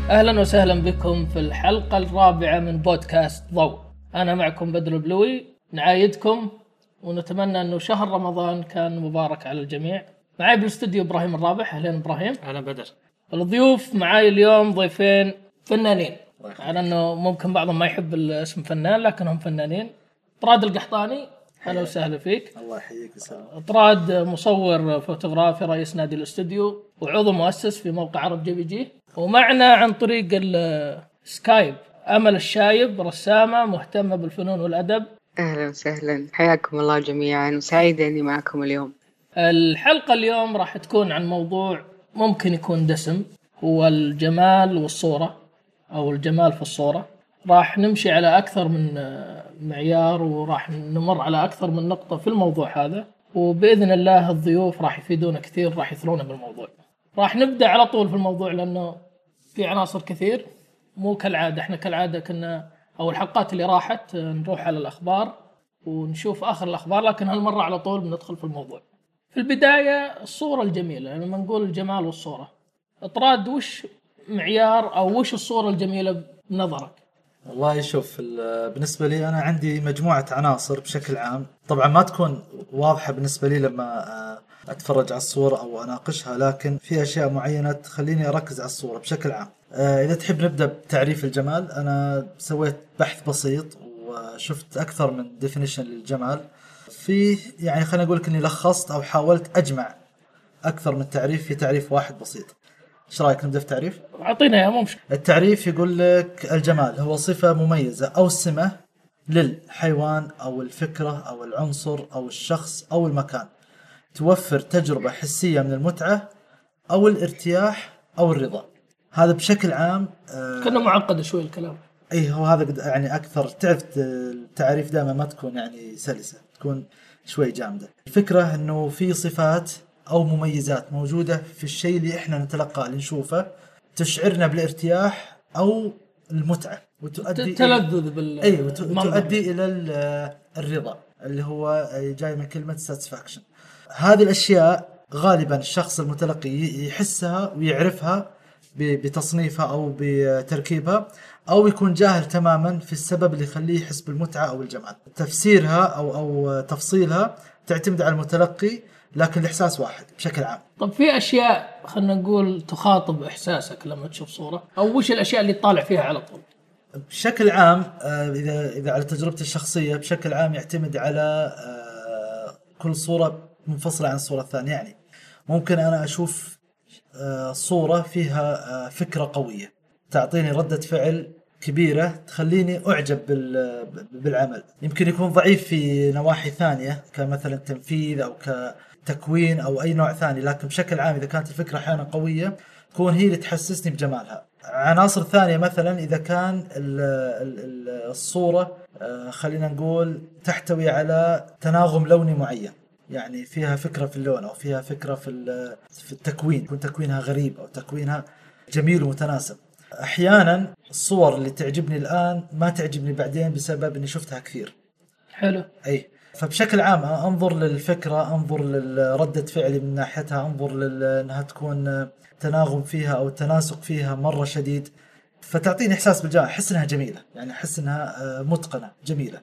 أهلا وسهلا بكم في الحلقة الرابعة من بودكاست ضوء. أنا معكم بدر البلوي، نعايدكم ونتمنى أنه شهر رمضان كان مبارك على الجميع. معي بالاستوديو إبراهيم الرابح. أهلا إبراهيم. أهلا بدر. الضيوف معي اليوم ضيفين فنانين، على أنه ممكن بعضهم ما يحب الاسم فنان لكنهم فنانين. طراد القحطاني، أهلا وسهلا فيك. الله يحييك ويسلمك. طراد مصور فوتوغرافي، رئيس نادي الاستوديو وعضو مؤسس في موقع عرب جي بي جي. ومعنا عن طريق السكايب أمل الشايب، رسامة مهتمة بالفنون والأدب. أهلا وسهلا، حياكم الله جميعا وسعيدة أني معكم اليوم. الحلقة اليوم راح تكون عن موضوع ممكن يكون دسم، هو الجمال والصورة أو الجمال في الصورة. راح نمشي على أكثر من معيار وراح نمر على أكثر من نقطة في الموضوع هذا، وبإذن الله الضيوف راح يفيدونا كثير، راح يثرونا بالموضوع. راح نبدأ على طول في الموضوع لأنه في عناصر كثير. مو كالعادة، احنا كالعادة كنا أو الحلقات اللي راحت نروح على الأخبار ونشوف آخر الأخبار، لكن هالمرة على طول بندخل في الموضوع. في البداية الصورة الجميلة، يعني لما نقول الجمال والصورة، اطراد وش معيار أو وش الصورة الجميلة بنظرك؟ والله شوف، بالنسبة لي أنا عندي مجموعة عناصر بشكل عام، طبعا ما تكون واضحة بالنسبة لي لما أتفرج على الصورة أو أناقشها، لكن في أشياء معينة تخليني أركز على الصورة بشكل عام. إذا تحب نبدأ بتعريف الجمال. أنا سويت بحث بسيط وشفت أكثر من definition للجمال. في يعني خلينا أقول لك إني لخصت أو حاولت أجمع أكثر من تعريف في تعريف واحد بسيط. إيش رأيك نبدأ في تعريف؟ أعطينا يا ممشي. التعريف يقول لك الجمال هو صفة مميزة أو سمة للحيوان أو الفكرة أو العنصر أو الشخص أو المكان، توفر تجربة حسية من المتعة أو الارتياح أو الرضا. هذا بشكل عام. كنا معقد شوي الكلام. أي هو هذا يعني أكثر. تعرف التعريف دائما ما تكون يعني سلسة، تكون شوي جامدة. الفكرة أنه في صفات أو مميزات موجودة في الشيء اللي إحنا نتلقاه اللي نشوفه، تشعرنا بالارتياح أو المتعة وتؤدي تلذذ وتؤدي إلى الرضا اللي هو جاي من كلمة satisfaction. هذه الأشياء غالبا الشخص المتلقي يحسها ويعرفها بتصنيفها أو بتركيبها، أو يكون جاهل تماما في السبب اللي يخليه يحس بالمتعة أو الجمال. تفسيرها أو تفصيلها تعتمد على المتلقي، لكن الإحساس واحد بشكل عام. طب في أشياء خلنا نقول تخاطب إحساسك لما تشوف صورة، أو وش الأشياء اللي تطالع فيها على طول؟ بشكل عام إذا على تجربتي الشخصية بشكل عام يعتمد على كل صورة منفصلة عن الصورة الثانية. يعني ممكن أنا أشوف صورة فيها فكرة قوية تعطيني ردة فعل كبيرة تخليني أعجب بالعمل. يمكن يكون ضعيف في نواحي ثانية كمثلا تنفيذ أو كتكوين أو أي نوع ثاني، لكن بشكل عام إذا كانت الفكرة أحيانا قوية تكون هي اللي تحسسني بجمالها. عناصر ثانية مثلا إذا كان الصورة خلينا نقول تحتوي على تناغم لوني معين، يعني فيها فكرة في اللون أو فيها فكرة في التكوين، يكون تكوينها غريب أو تكوينها جميل ومتناسب. أحيانا الصور اللي تعجبني الآن ما تعجبني بعدين بسبب أني شفتها كثير. حلو. أي فبشكل عام أنظر للفكرة، أنظر لردة فعلي من ناحيتها، أنظر أنها تكون تناغم فيها أو تناسق فيها مرة شديد، فتعطيني إحساس بالجمال. أحس أنها جميلة، يعني أحس أنها متقنة جميلة،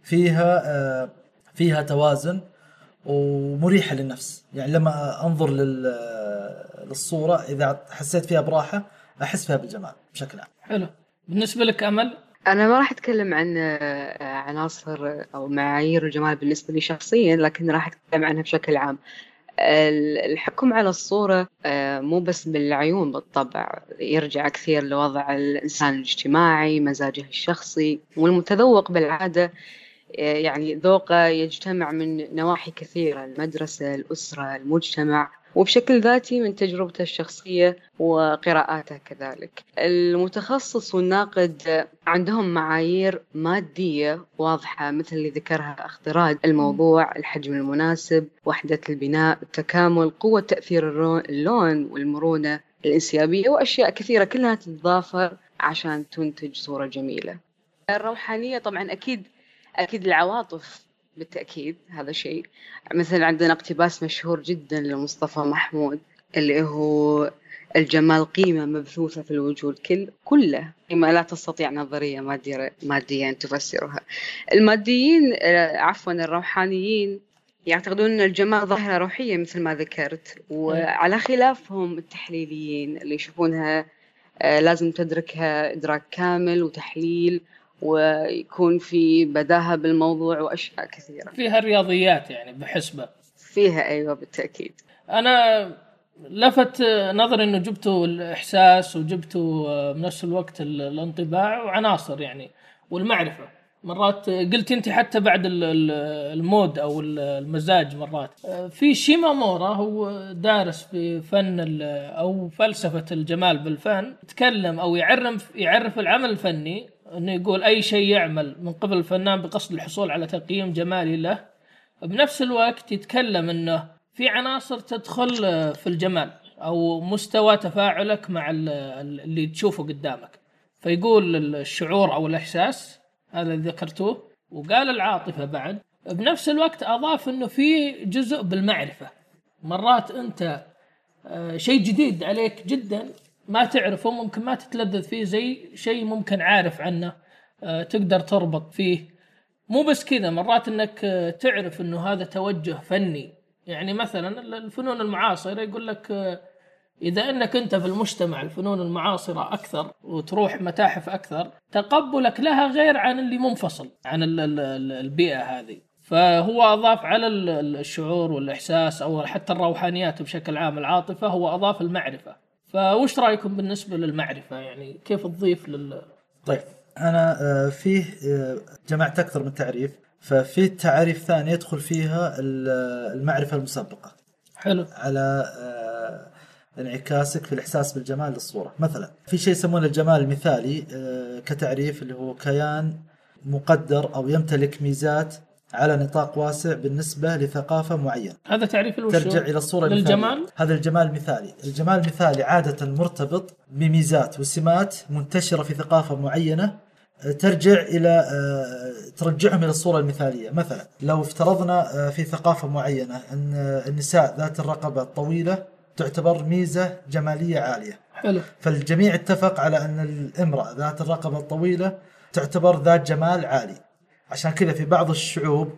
فيها توازن ومريحة للنفس. يعني لما أنظر للصورة إذا حسيت فيها براحة أحس فيها بالجمال بشكل عام. حلو. بالنسبة لك أمل؟ أنا ما راح أتكلم عن عناصر أو معايير الجمال بالنسبة لي شخصيا، لكن راح أتكلم عنها بشكل عام. الحكم على الصورة مو بس بالعيون، بالطبع يرجع كثير لوضع الإنسان الاجتماعي، مزاجه الشخصي، والمتذوق بالعادة يعني ذوقه يجتمع من نواحي كثيرة: المدرسة، الأسرة، المجتمع، وبشكل ذاتي من تجربته الشخصية وقراءاته كذلك. المتخصص والناقد عندهم معايير مادية واضحة مثل اللي ذكرها اختراع الموضوع، الحجم المناسب، وحدة البناء، التكامل، قوة تأثير اللون، والمرونة، الانسيابية، وأشياء كثيرة كلها تتضافر عشان تنتج صورة جميلة. الروحانية طبعا أكيد العواطف بالتأكيد هذا شيء. مثل عندنا اقتباس مشهور جدا لمصطفى محمود اللي هو الجمال قيمة مبثوثة في الوجود كله، قيمة لا تستطيع نظرية مادية أن تفسرها. الماديين عفوا الروحانيين يعتقدون أن الجمال ظاهرة روحية مثل ما ذكرت، وعلى خلافهم التحليليين اللي يشوفونها لازم تدركها إدراك كامل وتحليل، ويكون في بداهة بالموضوع وأشياء كثيرة فيها الرياضيات يعني بحسبة فيها. أيوة بالتأكيد. أنا لفت نظري إنه جبتوا الإحساس وجبتوا بنفس الوقت الانطباع وعناصر يعني والمعرفة. مرات قلت أنت حتى بعد المود أو المزاج، مرات في شيمامورا هو دارس في فن أو فلسفة الجمال بالفن، تكلم أو يعرف العمل الفني أنه يقول أي شيء يعمل من قبل الفنان بقصد الحصول على تقييم جمالي له. بنفس الوقت يتكلم أنه في عناصر تدخل في الجمال أو مستوى تفاعلك مع اللي تشوفه قدامك، فيقول الشعور أو الإحساس هذا اللي ذكرتوه، وقال العاطفة بعد. بنفس الوقت أضاف أنه في جزء بالمعرفة، مرات أنت شيء جديد عليك جدا ما تعرفه، ممكن ما تتلذذ فيه زي شيء ممكن عارف عنه تقدر تربط فيه. مو بس كذا، مرات أنك تعرف أنه هذا توجه فني. يعني مثلا الفنون المعاصرة يقول لك إذا أنك أنت في المجتمع الفنون المعاصرة أكثر وتروح متاحف أكثر، تقبلك لها غير عن اللي منفصل عن البيئة هذه. فهو أضاف على الشعور والإحساس أو حتى الروحانيات بشكل عام، العاطفة، هو أضاف المعرفة. فوش رأيكم بالنسبة للمعرفة؟ يعني كيف تضيف طيب أنا فيه جمعت أكثر من تعريف، ففي تعريف ثاني يدخل فيها المعرفة المسبقة. حلو. على انعكاسك في الإحساس بالجمال للصورة. مثلا في شيء يسمونه الجمال المثالي كتعريف، اللي هو كيان مقدر أو يمتلك ميزات على نطاق واسع بالنسبة لثقافة معينة. هذا تعريف ترجع إلى الصورة للجمال. هذا الجمال المثالي. الجمال المثالي عادة مرتبط بميزات وسمات منتشرة في ثقافة معينة، ترجع إلى ترجعهم إلى الصورة المثالية. مثلا لو افترضنا في ثقافة معينة أن النساء ذات الرقبة الطويلة تعتبر ميزة جمالية عالية. حلو. فالجميع اتفق على أن الامرأة ذات الرقبة الطويلة تعتبر ذات جمال عالي. عشان كذا في بعض الشعوب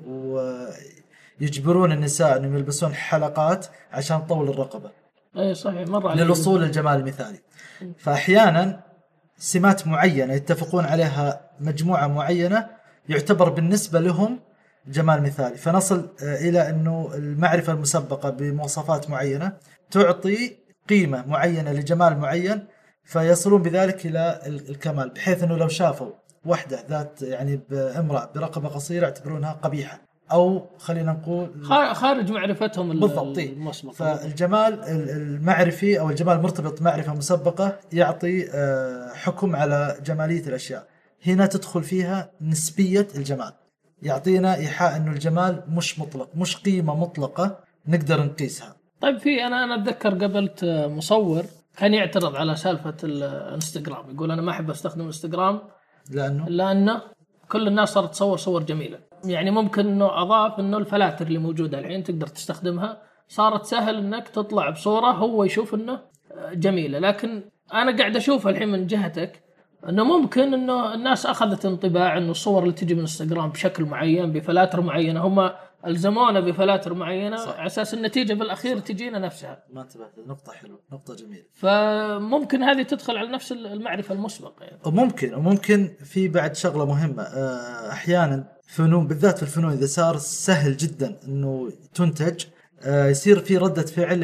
يجبرون النساء أنهم يلبسون حلقات عشان طول الرقبة. أي صحيح، مرة للوصول للجمال المثالي. فأحيانا سمات معينة يتفقون عليها مجموعة معينة يعتبر بالنسبة لهم جمال مثالي، فنصل إلى أنه المعرفة المسبقة بمواصفات معينة تعطي قيمة معينة لجمال معين، فيصلون بذلك إلى الكمال، بحيث أنه لو شافوا واحدة ذات يعني بامرأة برقبة قصيرة يعتبرونها قبيحة، أو خلينا نقول خارج معرفتهم المسبقة. فالجمال المعرفي أو الجمال المرتبط معرفة مسبقة يعطي حكم على جمالية الأشياء. هنا تدخل فيها نسبية الجمال، يعطينا إيحاء أنه الجمال مش مطلق، مش قيمة مطلقة نقدر نقيسها. طيب في أنا أتذكر قبلت مصور كان يعترض على سالفة الانستغرام، يقول أنا ما أحب أستخدم الانستغرام لأنه كل الناس صارت تصور صور جميلة. يعني ممكن أنه أضاف أنه الفلاتر اللي موجودة الحين تقدر تستخدمها، صارت سهل أنك تطلع بصورة هو يشوف أنه جميلة. لكن أنا قاعد أشوف الحين من جهتك أنه ممكن أنه الناس أخذت انطباع أنه الصور اللي تجي من انستغرام بشكل معين بفلاتر معينة، هم ألزمونا بفلاتر معينة على أساس النتيجة بالأخير تجينا نفسها. ما انتبهت، نقطة حلوة، نقطة جميلة. فممكن هذه تدخل على نفس المعرفة المسبقة يعني. وممكن في بعد شغلة مهمة، أحيانا فنون بالذات في الفنون إذا صار سهل جدا أنه تنتج، يصير في ردة فعل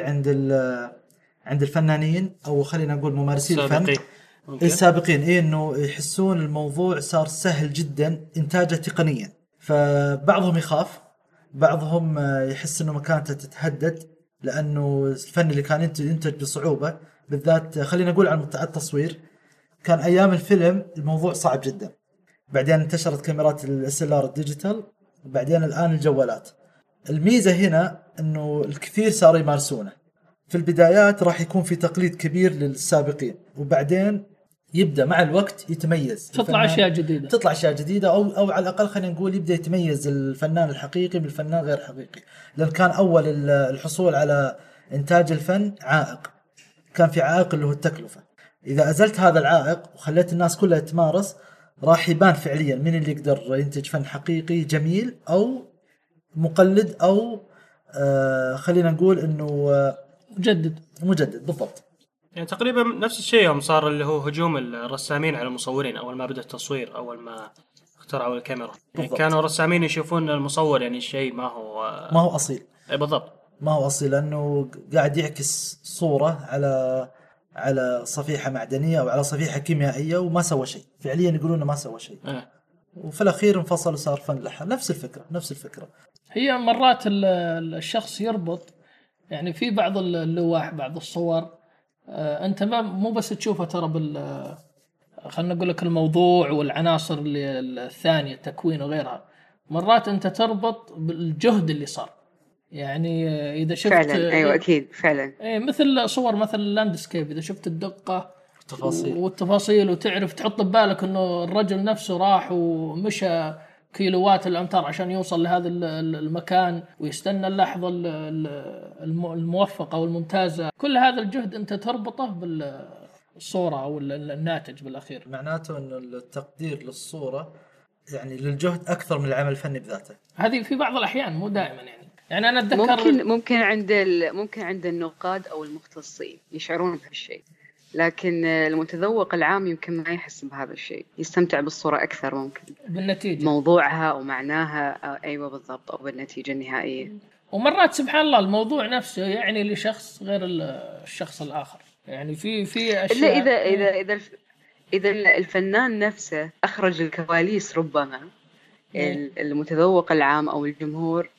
عند الفنانين أو خلينا نقول ممارسين الفن السابقين، إنه يحسون الموضوع صار سهل جدا إنتاجه تقنيا، فبعضهم يخاف، بعضهم يحس إنه مكانته تتهدد، لأنه الفن اللي كان ينتج بصعوبة، بالذات خلينا نقول عن التصوير، كان أيام الفيلم الموضوع صعب جدا، بعدين انتشرت كاميرات السلار الديجيتال، وبعدين الآن الجوالات. الميزة هنا إنه الكثير صار يمارسونه. في البدايات راح يكون في تقليد كبير للسابقين، وبعدين يبدأ مع الوقت يتميز، تطلع أشياء جديدة أو على الأقل خلينا نقول يبدأ يتميز الفنان الحقيقي بالفنان غير حقيقي، لأن كان أول الحصول على إنتاج الفن عائق، كان في عائق اللي هو التكلفة. إذا أزلت هذا العائق وخليت الناس كلها تمارس، راح يبان فعليا من اللي يقدر ينتج فن حقيقي جميل أو مقلد أو خلينا نقول إنه مجدد بالضبط. يعني تقريبا نفس الشيء يوم صار اللي هو هجوم الرسامين على المصورين أول ما بدأ التصوير، أول ما اخترعوا الكاميرا. يعني كانوا الرسامين يشوفون المصور يعني شيء ما هو أصيل. بالضبط، ما هو أصيل، لأنه قاعد يعكس صورة على صفيحة معدنية أو على صفيحة كيميائية وما سوى شيء فعليا، يقولون ما سوى شيء. وفي الأخير انفصل وصار فن لحن. نفس الفكرة. هي مرات الشخص يربط، يعني في بعض اللوح بعض الصور أنت مو بس تشوفها ترى خلنا نقول لك الموضوع والعناصر الثانية التكوين وغيرها، مرات أنت تربط بالجهد اللي صار. يعني إذا شفت فعلا أيوة أكيد فعلا مثل صور مثل اللاندسكيب، إذا شفت الدقة والتفاصيل وتعرف تحط ببالك إنه الرجل نفسه راح ومشى كيلوات الأمتار عشان يوصل لهذا المكان ويستنى اللحظة الموفقة والممتازة، كل هذا الجهد أنت تربطه بالصورة أو الناتج بالأخير. معناته أن التقدير للصورة يعني للجهد أكثر من العمل الفني بذاته. هذه في بعض الأحيان مو دائما، يعني أنا أتذكر ممكن عند النقاد أو المختصين يشعرون بهالشيء، لكن المتذوق العام يمكن ما يحس بهذا الشيء، يستمتع بالصورة أكثر ممكن بالنتيجة، موضوعها أو معناها أيوة بالضبط، أو بالنتيجة النهائية. ومرات سبحان الله الموضوع نفسه يعني لشخص غير الشخص الآخر، يعني في أشياء إذا الفنان نفسه أخرج الكواليس، ربما المتذوق العام أو الجمهور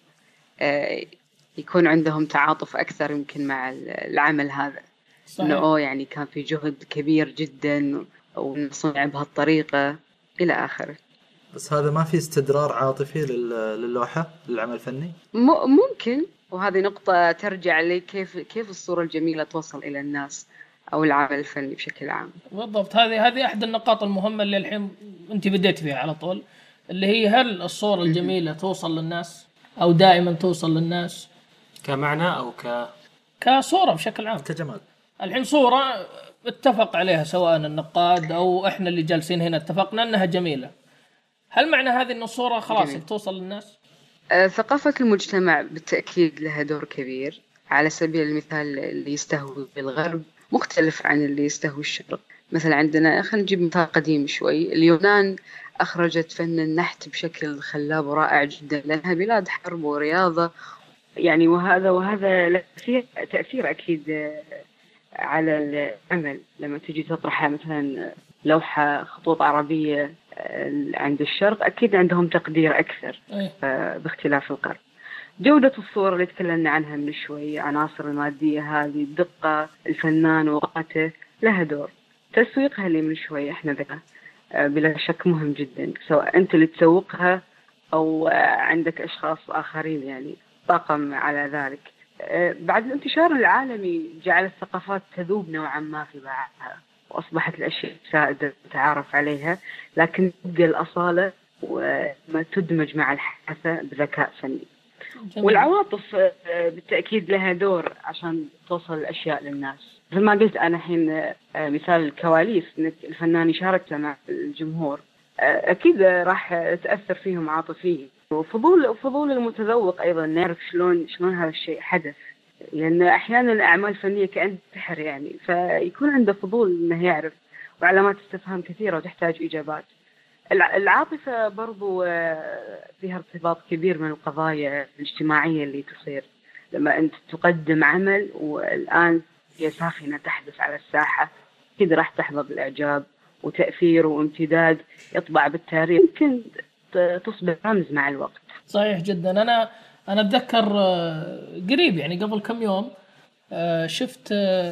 يكون عندهم تعاطف أكثر يمكن مع العمل هذا. إنه يعني كان في جهد كبير جدا ونصنع بهالطريقة إلى آخره. بس هذا ما في استدرار عاطفي للوحة للعمل الفني؟ ممكن، وهذه نقطة ترجع لي كيف الصورة الجميلة توصل إلى الناس أو العمل الفني بشكل عام. بالضبط، هذه أحد النقاط المهمة اللي الحين أنت بديت فيها على طول، اللي هي هل الصورة الجميلة توصل للناس أو دائما توصل للناس كمعنى أو كصورة بشكل عام كجمال. الحين صورة اتفق عليها سواء النقاد أو إحنا اللي جالسين هنا اتفقنا أنها جميلة، هل معنى هذه أن الصورة خلاص بتوصل للناس؟ ثقافة المجتمع بالتأكيد لها دور كبير. على سبيل المثال اللي يستهوي بالغرب مختلف عن اللي يستهوي الشرق. مثلا عندنا خلينا نجيب مثال قديم شوي، اليونان أخرجت فن النحت بشكل خلاب ورائع جدا، لأنها بلاد حرب ورياضة يعني، وهذا له تأثير أكيد على العمل. لما تجي تطرح مثلا لوحة خطوط عربية عند الشرق أكيد عندهم تقدير أكثر باختلاف القرن. جودة الصورة اللي تكلمنا عنها من شوي، عناصر المادية هذه، الدقة، الفنان وقته لها دور. تسويقها اللي من شوي احنا ذكرنا بلا شك مهم جدا، سواء أنت اللي تسوقها أو عندك أشخاص آخرين يعني طاقم على ذلك. بعد الانتشار العالمي جعل الثقافات تذوب نوعا ما في بعضها، وأصبحت الأشياء سائدة تتعارف عليها، لكن تبقى الأصالة وما تدمج مع الحداثة بذكاء فني. والعواطف بالتأكيد لها دور عشان توصل الأشياء للناس. مثل ما قلت أنا حين مثال الكواليس، إنك الفنان يشارك مع الجمهور أكيد راح تأثر فيهم عاطفيا. وفضول المتذوق أيضا نعرف شلون هذا الشيء حدث، لأن أحيانا الأعمال الفنية كأن سحر يعني، فيكون عنده فضول إنه يعرف، وعلامات استفهام كثيرة وتحتاج إجابات. العاطفة برضو فيها ارتباط كبير من القضايا الاجتماعية اللي تصير لما أنت تقدم عمل والآن هي ساخنة تحدث على الساحة، كده راح تحظى بالإعجاب وتأثير وامتداد يطبع بالتاريخ، يمكن تصبح رمز مع الوقت. صحيح جدا. أنا أتذكر قريب يعني قبل كم يوم شفت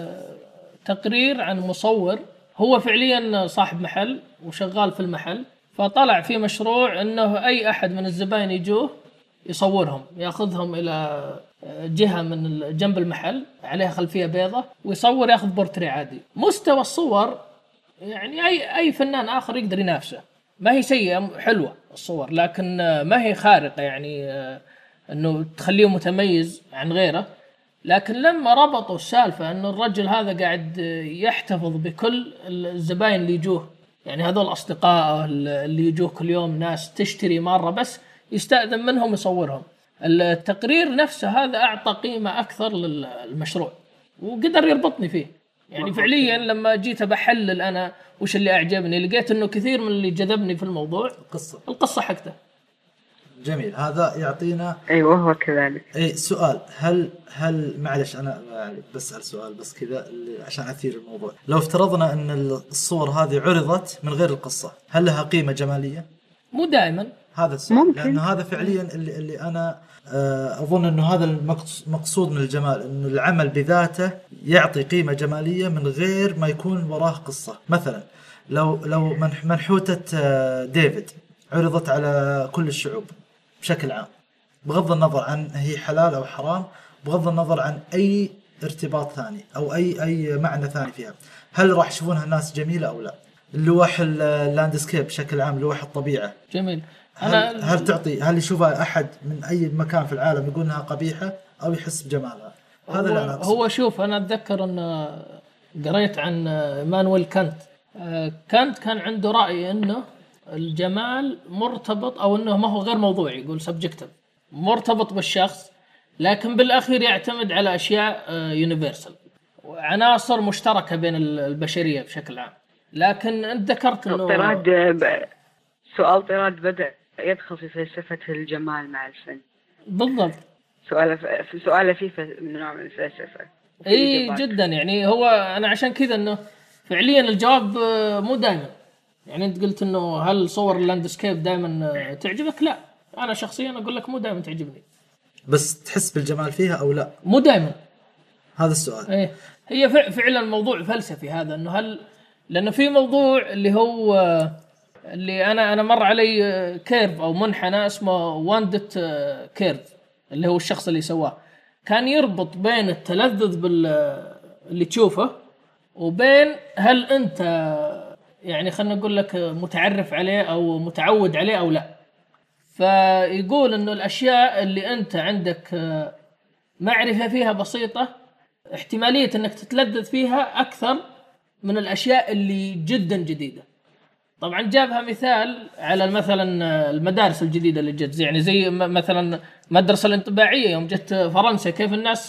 تقرير عن مصور هو فعليا صاحب محل وشغال في المحل، فطلع في مشروع أنه أي أحد من الزبائن يجوه يصورهم، يأخذهم إلى جهة من جنب المحل عليها خلفية بيضة ويصور، يأخذ بورتري عادي. مستوى الصور يعني أي فنان آخر يقدر ينافسه، ما هي سيئة، حلوة الصور لكن ما هي خارقة يعني أنه تخليه متميز عن غيره، لكن لما ربطوا السالفة أنه الرجل هذا قاعد يحتفظ بكل الزباين اللي يجوه، يعني هذول أصدقائه اللي يجوه كل يوم، ناس تشتري مرة بس يستأذن منهم يصورهم. التقرير نفسه هذا أعطى قيمة أكثر للمشروع وقدر يربطني فيه. يعني فعليا لما جيت بحلل أنا وش اللي أعجبني، لقيت أنه كثير من اللي جذبني في الموضوع القصة حقته. جميل، هذا يعطينا. أيوة هو كذلك. اي سؤال، هل معلش انا بسأل سؤال بس كذا عشان اثير الموضوع. لو افترضنا ان الصور هذه عرضت من غير القصة، هل لها قيمة جمالية؟ مو دائما. هذا السؤال ممكن. لانه هذا فعليا اللي انا اظن انه هذا المقصود من الجمال، انه العمل بذاته يعطي قيمة جمالية من غير ما يكون وراه قصة. مثلا لو منحوتة ديفيد عرضت على كل الشعوب بشكل عام، بغض النظر عن هي حلال أو حرام، بغض النظر عن أي ارتباط ثاني أو أي معنى ثاني فيها، هل راح يشوفونها الناس جميلة أو لا؟ اللوح اللاندسكيب بشكل عام، لوح الطبيعة، جميل. هل يشوفها أحد من أي مكان في العالم يقول إنها قبيحة أو يحس بجمالها؟ هذا اللي أنا أقصد. هو شوف، أنا أتذكر أن قريت عن إيمانويل كانت. كانت كان عنده رأي إنه الجمال مرتبط، أو إنه ما هو غير موضوعي، يقول سبجكتيف، مرتبط بالشخص، لكن بالأخير يعتمد على أشياء يونيفرسال، عناصر مشتركة بين البشرية بشكل عام. لكن أنت ذكرت إنه سؤال طراد بدأ يدخل في فلسفة الجمال مع الفن. بالضبط. سؤاله فيه نوع من الفلسفة. اي جدا. يعني هو انا عشان كذا انه فعليا الجواب مو دائما. يعني انت قلت انه هل صور اللاندسكيب دائما تعجبك؟ لا، انا شخصيا اقول لك مو دائما تعجبني. بس تحس بالجمال فيها او لا؟ مو دائما. هذا السؤال. ايه، هي فعلا موضوع فلسفي هذا، انه هل، لانه في موضوع اللي هو اللي انا مر علي كيرف او منحنى اسمه واندت كيرف، اللي هو الشخص اللي سواه كان يربط بين التلذذ اللي تشوفه وبين هل انت يعني خلنا نقول لك متعرف عليه او متعود عليه او لا. فيقول انه الاشياء اللي انت عندك معرفة فيها بسيطة، احتمالية انك تتلذذ فيها اكثر من الاشياء اللي جدا جديدة. طبعا جابها مثال على مثلا المدارس الجديدة اللي جت، يعني زي مثلا مدرسة الانطباعية يوم جت فرنسا، كيف الناس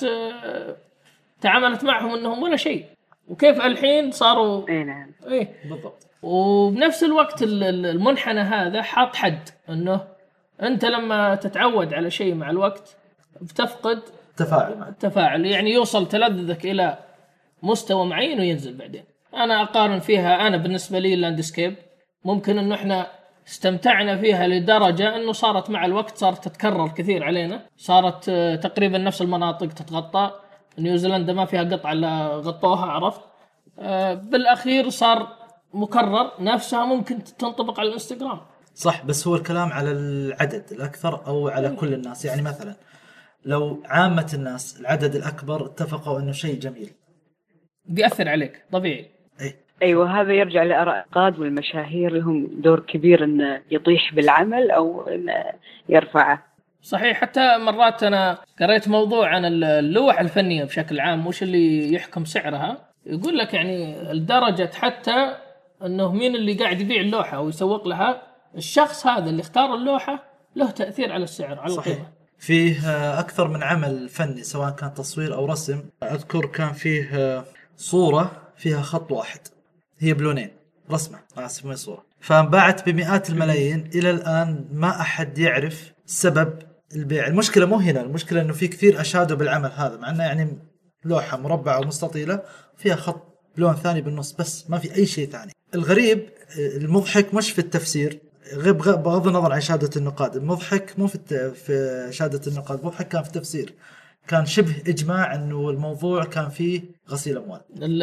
تعاملت معهم انهم ولا شيء، وكيف الحين صاروا. نعم. ايه بالضبط. وبنفس الوقت المنحنى هذا حاط حد، انه انت لما تتعود على شيء مع الوقت بتفقد التفاعل، يعني يوصل تلذذك الى مستوى معين وينزل بعدين. انا اقارن فيها، انا بالنسبة لي اللاندسكيب ممكن انه احنا استمتعنا فيها لدرجة انه صارت مع الوقت صارت تتكرر كثير علينا، صارت تقريبا نفس المناطق تتغطى. نيوزيلندا ما فيها قطعة الا غطوها، عرفت؟ بالاخير صار مكرر، نفسها ممكن تنطبق على الانستغرام. صح، بس هو الكلام على العدد الاكثر او على كل الناس. يعني مثلا لو عامة الناس العدد الاكبر اتفقوا انه شيء جميل بيأثر عليك طبيعي. أيوة، هذا يرجع لآراء النقاد والمشاهير، لهم دور كبير إنه يطيح بالعمل أو إنه يرفعه. صحيح. حتى مرات أنا قريت موضوع عن اللوح الفنية بشكل عام، وش اللي يحكم سعرها. يقول لك يعني لدرجة حتى أنه مين اللي قاعد يبيع اللوحة أو يسوق لها، الشخص هذا اللي اختار اللوحة له تأثير على السعر، على القيمة. فيه أكثر من عمل فني سواء كان تصوير أو رسم. أذكر كان فيه صورة فيها خط واحد، هي بلونين، رسمة آسف ما صورة، فانباعت بمئات الملايين. إلى الآن ما أحد يعرف سبب البيع. المشكلة مو هنا، المشكلة إنه في كثير أشادوا بالعمل هذا، مع إنه يعني لوحة مربعة ومستطيلة فيها خط لون ثاني بالنص، بس ما في أي شيء ثاني. الغريب المضحك مش في التفسير، بغض النظر عن شهادة النقاد، المضحك مو في شهادة النقاد، المضحك كان في التفسير. كان شبه إجماع إنه الموضوع كان فيه غسيل أموال،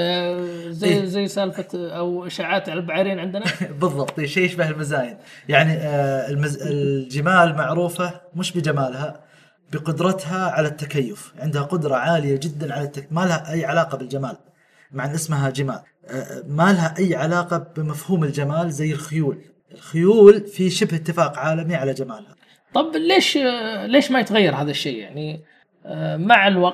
زي سالفة أو إشاعات على البعيرين عندنا. بالضبط، شيء يشبه المزاين. يعني الجمال معروفة مش بجمالها، بقدرتها على التكيف. عندها قدرة عالية جدا على ما لها أي علاقة بالجمال، مع أن اسمها جمال. ما لها أي علاقة بمفهوم الجمال. زي الخيول في شبه اتفاق عالمي على جمالها. طب ليش ما يتغير هذا الشيء؟ يعني مع الوقت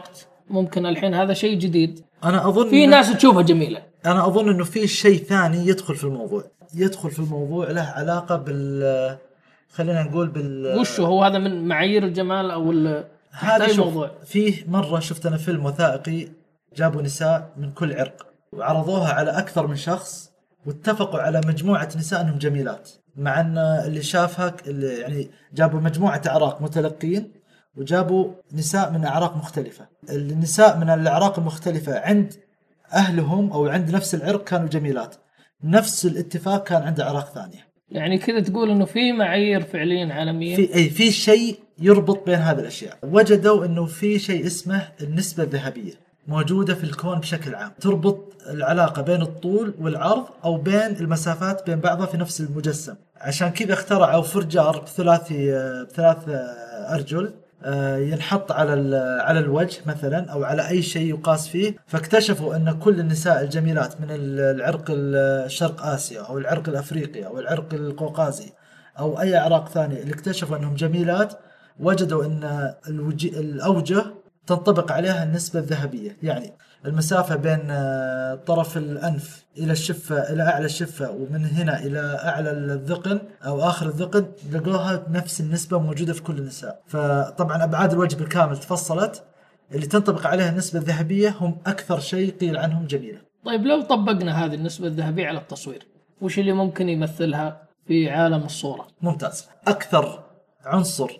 ممكن الحين هذا شيء جديد، انا اظن في ناس تشوفها جميلة. انا اظن انه في شيء ثاني يدخل في الموضوع له علاقه خلينا نقول وش هو هذا من معايير الجمال او هذا أي شوف موضوع؟ فيه مره شفت انا فيلم وثائقي جابوا نساء من كل عرق وعرضوها على اكثر من شخص واتفقوا على مجموعه نساء انهم جميلات، مع ان اللي شافها يعني جابوا مجموعه اعراق متلقين وجابوا نساء من اعراق مختلفه. النساء من الاعراق المختلفه عند اهلهم او عند نفس العرق كانوا جميلات، نفس الاتفاق كان عند اعراق ثانيه. يعني كذا تقول انه في معايير فعليا عالميه، في شيء يربط بين هذه الاشياء. وجدوا انه في شيء اسمه النسبه الذهبيه موجوده في الكون بشكل عام، تربط العلاقه بين الطول والعرض او بين المسافات بين بعضها في نفس المجسم. عشان كذا اخترعوا فرجار بثلاث ارجل ينحط على الوجه مثلا او على اي شيء يقاس فيه، فاكتشفوا ان كل النساء الجميلات من العرق الشرق اسيا او العرق الافريقي او العرق القوقازي او اي اعراق ثانيه اللي اكتشفوا انهم جميلات، وجدوا ان الاوجه تنطبق عليها النسبه الذهبيه. يعني المسافه بين طرف الانف الى الشفه الى اعلى الشفه ومن هنا الى اعلى الذقن او اخر الذقن لقوها نفس النسبه موجوده في كل النساء. فطبعا ابعاد الوجه بالكامل تفصلت، اللي تنطبق عليها النسبه الذهبيه هم اكثر شيء قيل عنهم جميله. طيب لو طبقنا هذه النسبه الذهبيه على التصوير، وش اللي ممكن يمثلها في عالم الصوره؟ ممتاز. اكثر عنصر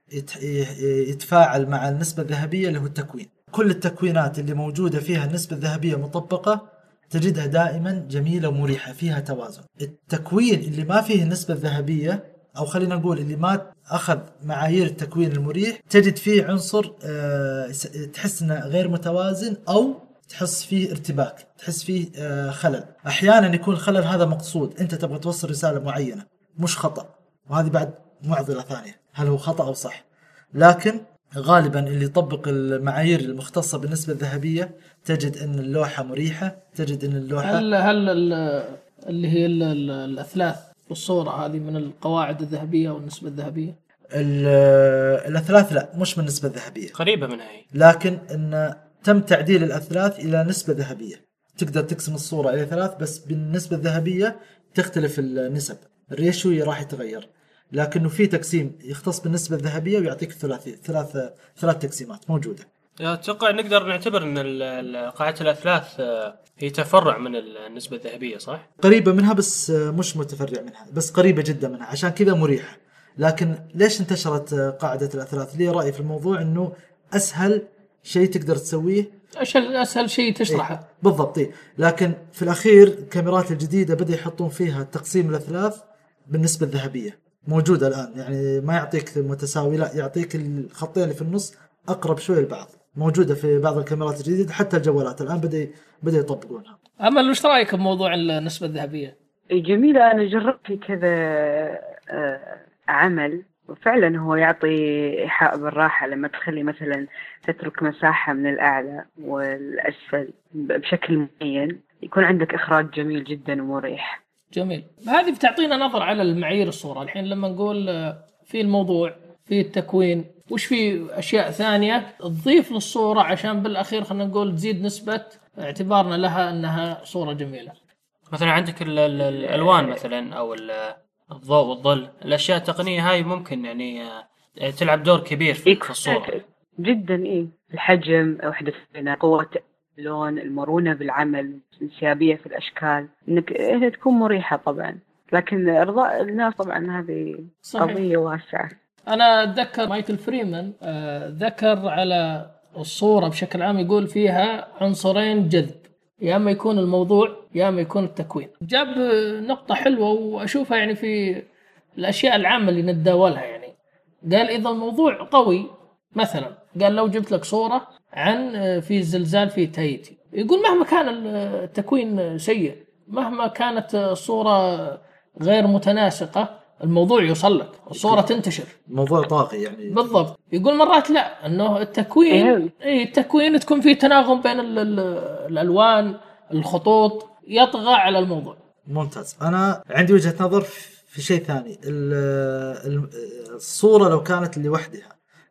يتفاعل مع النسبه الذهبيه اللي هو التكوين. كل التكوينات اللي موجودة فيها النسبة الذهبية مطبقة تجدها دائما جميلة ومريحة، فيها توازن. التكوين اللي ما فيه النسبة الذهبية أو خلينا نقول اللي ما أخذ معايير التكوين المريح، تجد فيه عنصر تحس أنه غير متوازن أو تحس فيه ارتباك، تحس فيه خلل. أحيانا يكون الخلل هذا مقصود، أنت تبغى توصل رسالة معينة مش خطأ، وهذه بعد معضلة ثانية، هل هو خطأ أو صح. لكن غالبا اللي يطبق المعايير المختصة بالنسبة الذهبية تجد ان اللوحة مريحة، تجد ان اللوحة هل اللي هي الأثلاث بالصورة هذه من القواعد الذهبية والنسبة الذهبية؟ الأثلاث لا، مش من النسبة الذهبية، قريبة منها هي. لكن ان تم تعديل الأثلاث إلى نسبة ذهبية. تقدر تقسم الصورة إلى ثلاث، بس بالنسبة الذهبية تختلف النسب، الريشو راح يتغير، لكنه في تقسيم يختص بالنسبة الذهبية ويعطيك ثلاث تقسيمات موجودة. أتوقع نقدر نعتبر أن قاعدة الأثلاث هي تفرع من النسبة الذهبية، صح؟ قريبة منها بس مش متفرع منها، بس قريبة جدا منها، عشان كذا مريحة. لكن ليش انتشرت قاعدة الأثلاث؟ لي رأي في الموضوع أنه أسهل شيء تقدر تسويه، أسهل شيء تشرحه. بالضبط. لكن في الأخير الكاميرات الجديدة بدأ يحطون فيها تقسيم الأثلاث بالنسبة الذهبية، موجودة الآن. يعني ما يعطيك متساوي، لا يعطيك الخطين اللي في النص أقرب شوي لبعض، موجودة في بعض الكاميرات الجديدة، حتى الجوالات الآن بدأ يطبقونها. أمل وش رأيك بموضوع النسبة الذهبية؟ جميلة. أنا جربت في كذا عمل، وفعلا هو يعطي إيحاء بالراحة لما تخلي مثلا تترك مساحة من الأعلى والأسفل بشكل معين، يكون عندك إخراج جميل جدا ومريح. جميل. هذه بتعطينا نظر على المعايير الصورة. الحين لما نقول في الموضوع، في التكوين، وش في أشياء ثانية تضيف للصورة عشان بالأخير خلينا نقول تزيد نسبة اعتبارنا لها أنها صورة جميلة؟ مثلا عندك الألوان مثلا أو الضوء والظل، الأشياء التقنية هاي ممكن يعني تلعب دور كبير في الصورة جدا. الحجم، وحدة قوة اللون، المرونة بالعمل، الانسيابية في الأشكال، إنك تكون مريحة طبعا. لكن إرضاء الناس طبعا هذه قضية واسعة. أنا أتذكر مايكل فريمان ذكر على الصورة بشكل عام، يقول فيها عنصرين جذب، يا أما يكون الموضوع يا أما يكون التكوين. جاب نقطة حلوة وأشوفها يعني في الأشياء العامة اللي نتداولها. يعني قال إذا الموضوع قوي، مثلا قال لو جبت لك صورة عن في زلزال في تايتي، يقول مهما كان التكوين سيء، مهما كانت الصورة غير متناسقة، الموضوع يوصل لك، الصورة تنتشر، موضوع طاغي يعني. بالضبط. يقول مرات لا، انه التكوين التكوين تكون فيه تناغم بين الالوان، الخطوط، يطغى على الموضوع. ممتاز. انا عندي وجهة نظر في شيء ثاني. الصورة لو كانت لوحدها،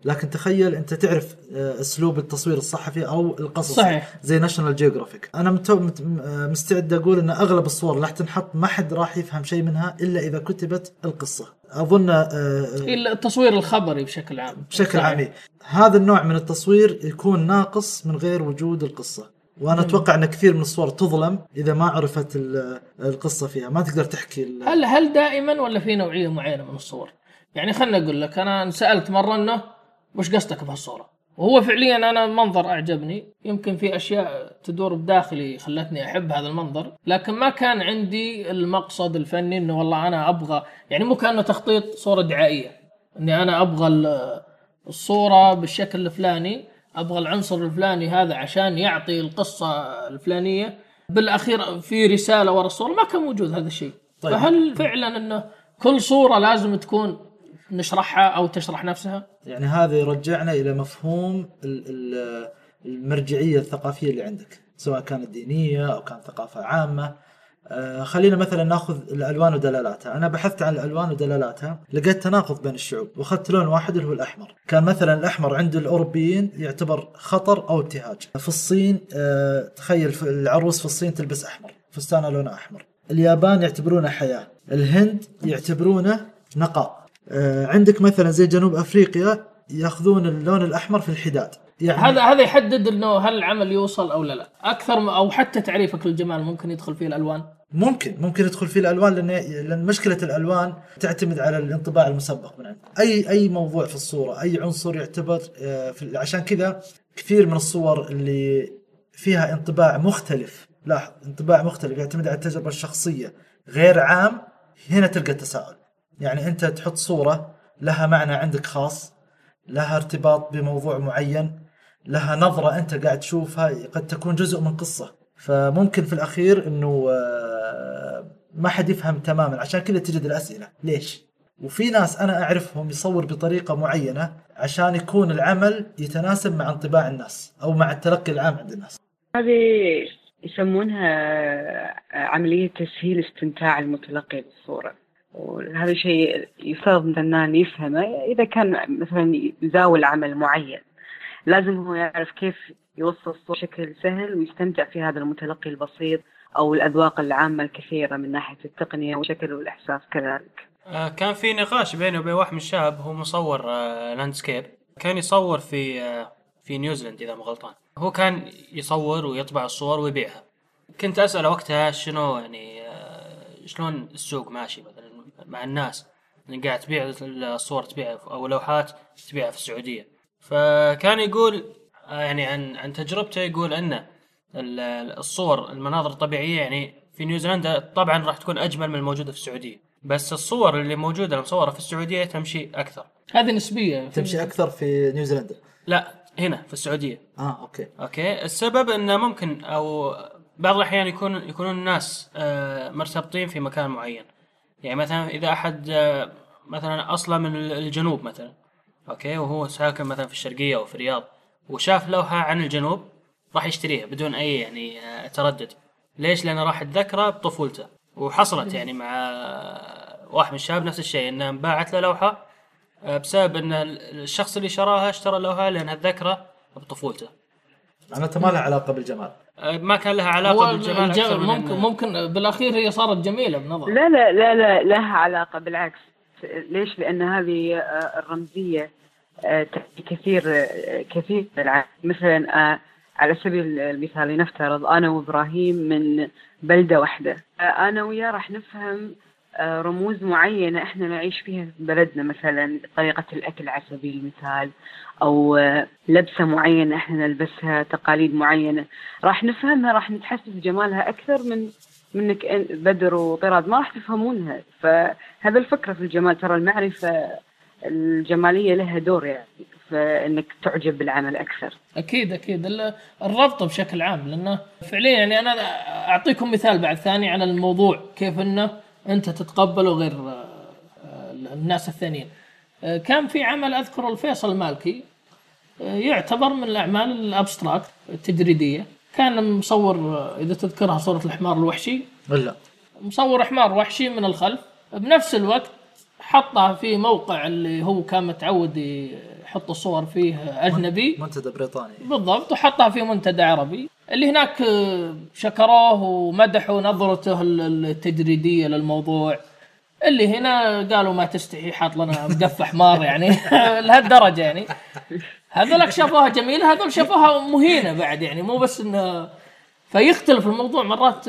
لكن تخيل انت تعرف اسلوب التصوير الصحفي او القصص صحيح. زي ناشونال جيوغرافيك. انا مستعد اقول ان اغلب الصور اللي راح تنحط ما حد راح يفهم شيء منها الا اذا كتبت القصه. اظن التصوير الخبري بشكل عام بشكل عام هذا النوع من التصوير يكون ناقص من غير وجود القصه. وانا اتوقع ان كثير من الصور تظلم اذا ما عرفت القصه فيها، ما تقدر تحكي هل دائما ولا في نوعيه معينه من الصور؟ يعني خلنا اقول لك، انا سالت مره انه وش قصدك بهالصوره، وهو فعليا انا المنظر اعجبني، يمكن في اشياء تدور بداخلي خلتني احب هذا المنظر، لكن ما كان عندي المقصد الفني انه والله انا ابغى، يعني مو كانه تخطيط صوره دعائيه اني انا ابغى الصوره بالشكل الفلاني، ابغى العنصر الفلاني هذا عشان يعطي القصه الفلانيه، بالاخير في رساله ورا الصوره، ما كان موجود هذا الشيء. طيب. فهل فعلا انه كل صوره لازم تكون نشرحها او تشرح نفسها؟ يعني هذا يرجعنا الى مفهوم المرجعيه الثقافيه اللي عندك، سواء كانت دينيه او كانت ثقافه عامه. خلينا مثلا ناخذ الالوان ودلالاتها. انا بحثت عن الالوان ودلالاتها، لقيت تناقض بين الشعوب، واخذت لون واحد اللي هو الاحمر. كان مثلا الاحمر عند الاوروبيين يعتبر خطر او ابتهاج. في الصين تخيل العروس في الصين تلبس احمر، فستانها لونه احمر. اليابان يعتبرونه حياه، الهند يعتبرونه نقاء. عندك مثلا زي جنوب افريقيا ياخذون اللون الاحمر في الحداد. يعني هذا يحدد انه هل العمل يوصل او لا اكثر او حتى تعريفك للجمال ممكن يدخل فيه الالوان. ممكن يدخل فيه الالوان، لان مشكله الالوان تعتمد على الانطباع المسبق من عندك. اي موضوع في الصوره، اي عنصر يعتبر عشان كذا كثير من الصور اللي فيها انطباع مختلف، لاحظ انطباع مختلف يعتمد على التجربه الشخصيه غير عام، هنا تلقى التساؤل. يعني انت تحط صوره لها معنى عندك خاص، لها ارتباط بموضوع معين، لها نظره انت قاعد تشوفها، قد تكون جزء من قصه. فممكن في الأخير إنه ما حد يفهم تماماً، عشان كذا تجد الأسئلة ليش. وفي ناس أنا أعرفهم يصور بطريقة معينة عشان يكون العمل يتناسب مع انطباع الناس أو مع التلقي العام عند الناس. هذه يسمونها عملية تسهيل استمتاع المتلقي بالصورة، وهذا شيء يفترض الفنان يفهمه. إذا كان مثلاً يزاول عمل معين لازم هو يعرف كيف يوصل الصورة بشكل سهل ويستمتع في هذا المتلقي البسيط أو الأذواق العامة الكثيرة من ناحية التقنية والشكل والإحساس كذلك. كان في نقاش بينه وبين واحد من الشباب، هو مصور لاندسكيب، كان يصور في نيوزيلند إذا ما غلطان. هو كان يصور ويطبع الصور ويبيعها. كنت أسأله وقتها شنو يعني شلون السوق ماشي مثلا مع الناس اللي قاعد تبيع الصور، تبيع أو لوحات تبيعها في السعودية. فكان يقول يعني عن تجربته، يقول أن الصور المناظر الطبيعية يعني في نيوزيلندا طبعا راح تكون أجمل من الموجودة في السعودية، بس الصور اللي موجودة المصورة في السعودية تمشي أكثر. هذه نسبية. تمشي أكثر في نيوزيلندا؟ لا، هنا في السعودية. أوكي. السبب أنه ممكن أو بعض الأحيان يكونون الناس مرتبطين في مكان معين. يعني مثلا إذا أحد مثلا أصلا من الجنوب مثلا، أوكي، وهو ساكن مثلا في الشرقية أو في الرياض، وشاف لوحة عن الجنوب راح يشتريها بدون أي يعني تردد. ليش؟ لأنه راح يتذكره بطفولته. وحصلت يعني مع واحد من الشباب نفس الشيء، إنه باعت له لوحة بسبب أن الشخص اللي شراها اشترى لوحة لأنها تذكره بطفولته. أنا ما لها علاقة بالجمال، ما كان لها علاقة بالجمال. ممكن بالأخير هي صارت جميلة بنظر. لا لها علاقة، بالعكس. ليش؟ لأن هذه الرمزية كثير مثلا على سبيل المثال لنفترض أنا وإبراهيم من بلدة واحدة، أنا وياه راح نفهم رموز معينة إحنا نعيش فيها في بلدنا، مثلا طريقة الأكل على سبيل المثال، أو لبسة معينة إحنا نلبسها، تقاليد معينة راح نفهمها، راح نتحسس بجمالها أكثر منك بدر وطراد ما راح تفهمونها. فهذا الفكرة في الجمال، ترى المعرفة الجمالية لها دور يعني فإنك تعجب بالعمل أكثر. أكيد الربط بشكل عام، لأنه فعليا يعني أنا أعطيكم مثال بعد ثاني على الموضوع، كيف أنه أنت تتقبله غير الناس الثانيين. كان في عمل أذكر الفيصل المالكي يعتبر من الأعمال الأبستراكت التجريدية، كان مصور إذا تذكرها صورة الحمار الوحشي، لا مصور حمار وحشي من الخلف، بنفس الوقت حطها في موقع اللي هو كان متعود يحط الصور فيه أجنبي، منتدى بريطاني بالضبط، وحطها في منتدى عربي. اللي هناك شكروه ومدحوا نظرته التجريدية للموضوع. اللي هنا قالوا ما تستحي حاط لنا مقفى حمار يعني لهالدرجة يعني. هذولك شافوها جميلة، هذول شافوها مهينة بعد يعني، مو بس إنه. فيختلف الموضوع مرات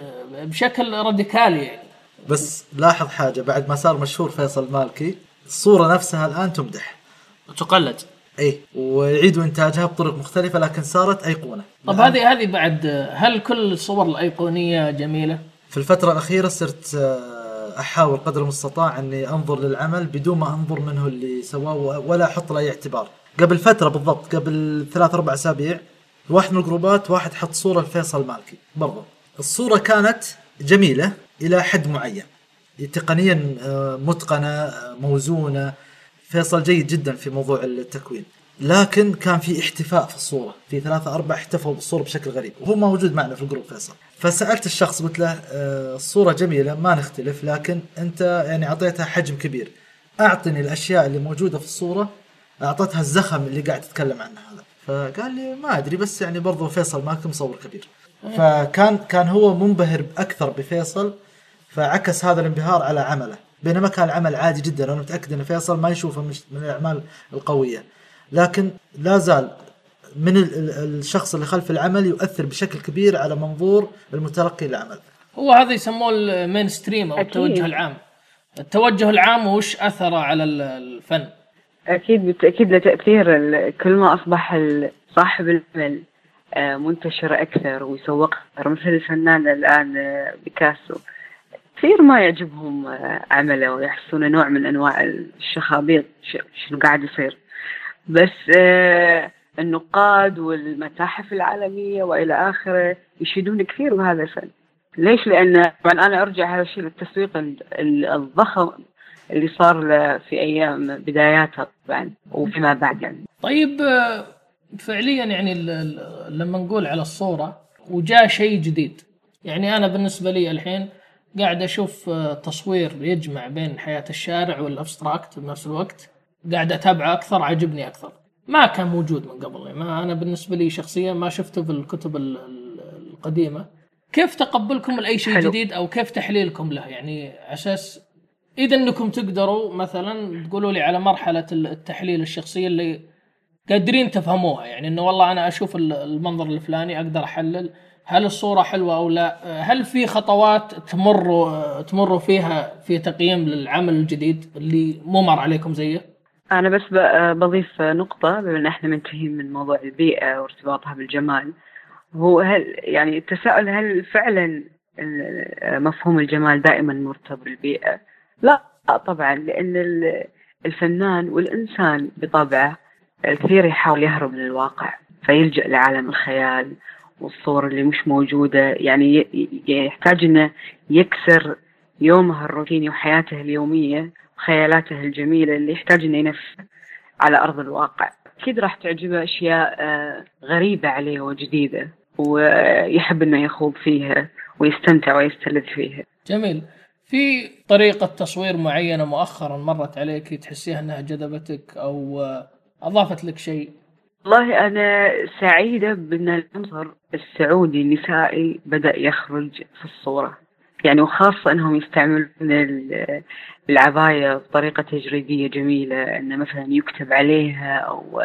بشكل راديكالي يعني. بس لاحظ حاجة، بعد ما صار مشهور فيصل مالكي الصورة نفسها الآن تمدح وتقلد. ايه، ويعيدوا انتاجها بطرق مختلفة، لكن صارت أيقونة. طب هذه بعد، هل كل الصور الأيقونية جميلة؟ في الفترة الأخيرة صرت أحاول قدر المستطاع أني أنظر للعمل بدون ما أنظر منه اللي سواه ولا أحط له أي اعتبار. قبل فترة بالضبط، قبل 3-4 أسابيع، واحد من الجروبات واحد حط صورة لفيصل مالكي برضه. الصورة كانت جميلة إلى حد معين، تقنيا متقنة موزونة، فيصل جيد جدا في موضوع التكوين، لكن كان في احتفاء في الصورة، في 3-4 احتفوا بالصورة بشكل غريب، وهو موجود معنا في الجروب فيصل. فسألت الشخص قلت له الصورة جميلة ما نختلف، لكن أنت يعني أعطيتها حجم كبير، أعطني الأشياء اللي موجودة في الصورة. أعطتها الزخم اللي قاعد تتكلم عنه هذا. فقال لي ما أدري، بس يعني برضو فيصل مالكي مصور كبير. فكان هو منبهر أكثر بفيصل، فعكس هذا الانبهار على عمله، بينما كان العمل عادي جدا. أنا متأكد أن فيصل ما يشوفه من الأعمال القوية، لكن لا زال من الشخص اللي خلف العمل يؤثر بشكل كبير على منظور المتلقي للعمل. هو هذا يسموه المين ستريم أو التوجه العام. التوجه العام وش أثره على الفن؟ أكيد بالتأكيد له تأثير. كل ما أصبح صاحب العمل منتشر أكثر ويسوق أكثر، مثل الفنان الآن بيكاسو، كثير ما يعجبهم عمله ويحسون نوع من أنواع الشخابيط شنو قاعد يصير. بس النقاد والمتاحف العالمية وإلى آخره يشيدون كثير بهذا الفن. ليش؟ لأن طبعا أنا أرجع هذا الشيء للتسويق الضخم اللي صار في أيام بداياتها طبعا وفيما بعد يعني. طيب فعليا يعني لما نقول على الصورة وجاء شيء جديد، يعني أنا بالنسبة لي الحين قاعد أشوف تصوير يجمع بين حياة الشارع والأبستراكت بنفس الوقت، قاعد أتابعه أكثر، عجبني أكثر، ما كان موجود من قبل. يعني ما أنا بالنسبة لي شخصيا ما شفته في الكتب القديمة. كيف تقبلكم لأي شيء جديد أو كيف تحليلكم له؟ يعني أساس إذا أنكم تقدروا مثلا تقولوا لي على مرحلة التحليل الشخصية اللي قادرين تفهموها، يعني إنه والله أنا أشوف المنظر الفلاني أقدر أحلل هل الصورة حلوة أو لا. هل في خطوات تمروا فيها في تقييم للعمل الجديد اللي مو مر عليكم زيه؟ أنا بس بضيف نقطة، بما أن احنا منتهين من موضوع البيئة وارتباطها بالجمال. هو هل يعني التساؤل هل فعلا مفهوم الجمال دائما مرتبط بالبيئة؟ لا طبعا، لأن الفنان والإنسان بطبعه الكثير يحاول يهرب من الواقع، فيلجأ لعالم الخيال والصور اللي مش موجودة. يعني يحتاج أنه يكسر يومه الروتيني وحياته اليومية وخيالاته الجميلة اللي يحتاج أنه ينفذ على أرض الواقع. أكيد راح تعجبه أشياء غريبة عليه وجديدة، ويحب أنه يخوض فيها ويستمتع ويستلذ فيها. جميل. في طريقة تصوير معينة مؤخرا مرت عليك تحسيها أنها جذبتك أو أضافت لك شيء؟ والله أنا سعيدة بأن العنصر السعودي النسائي بدأ يخرج في الصورة، يعني وخاصة أنهم يستعملون العباية بطريقة تجريدية جميلة، أن مثلا يكتب عليها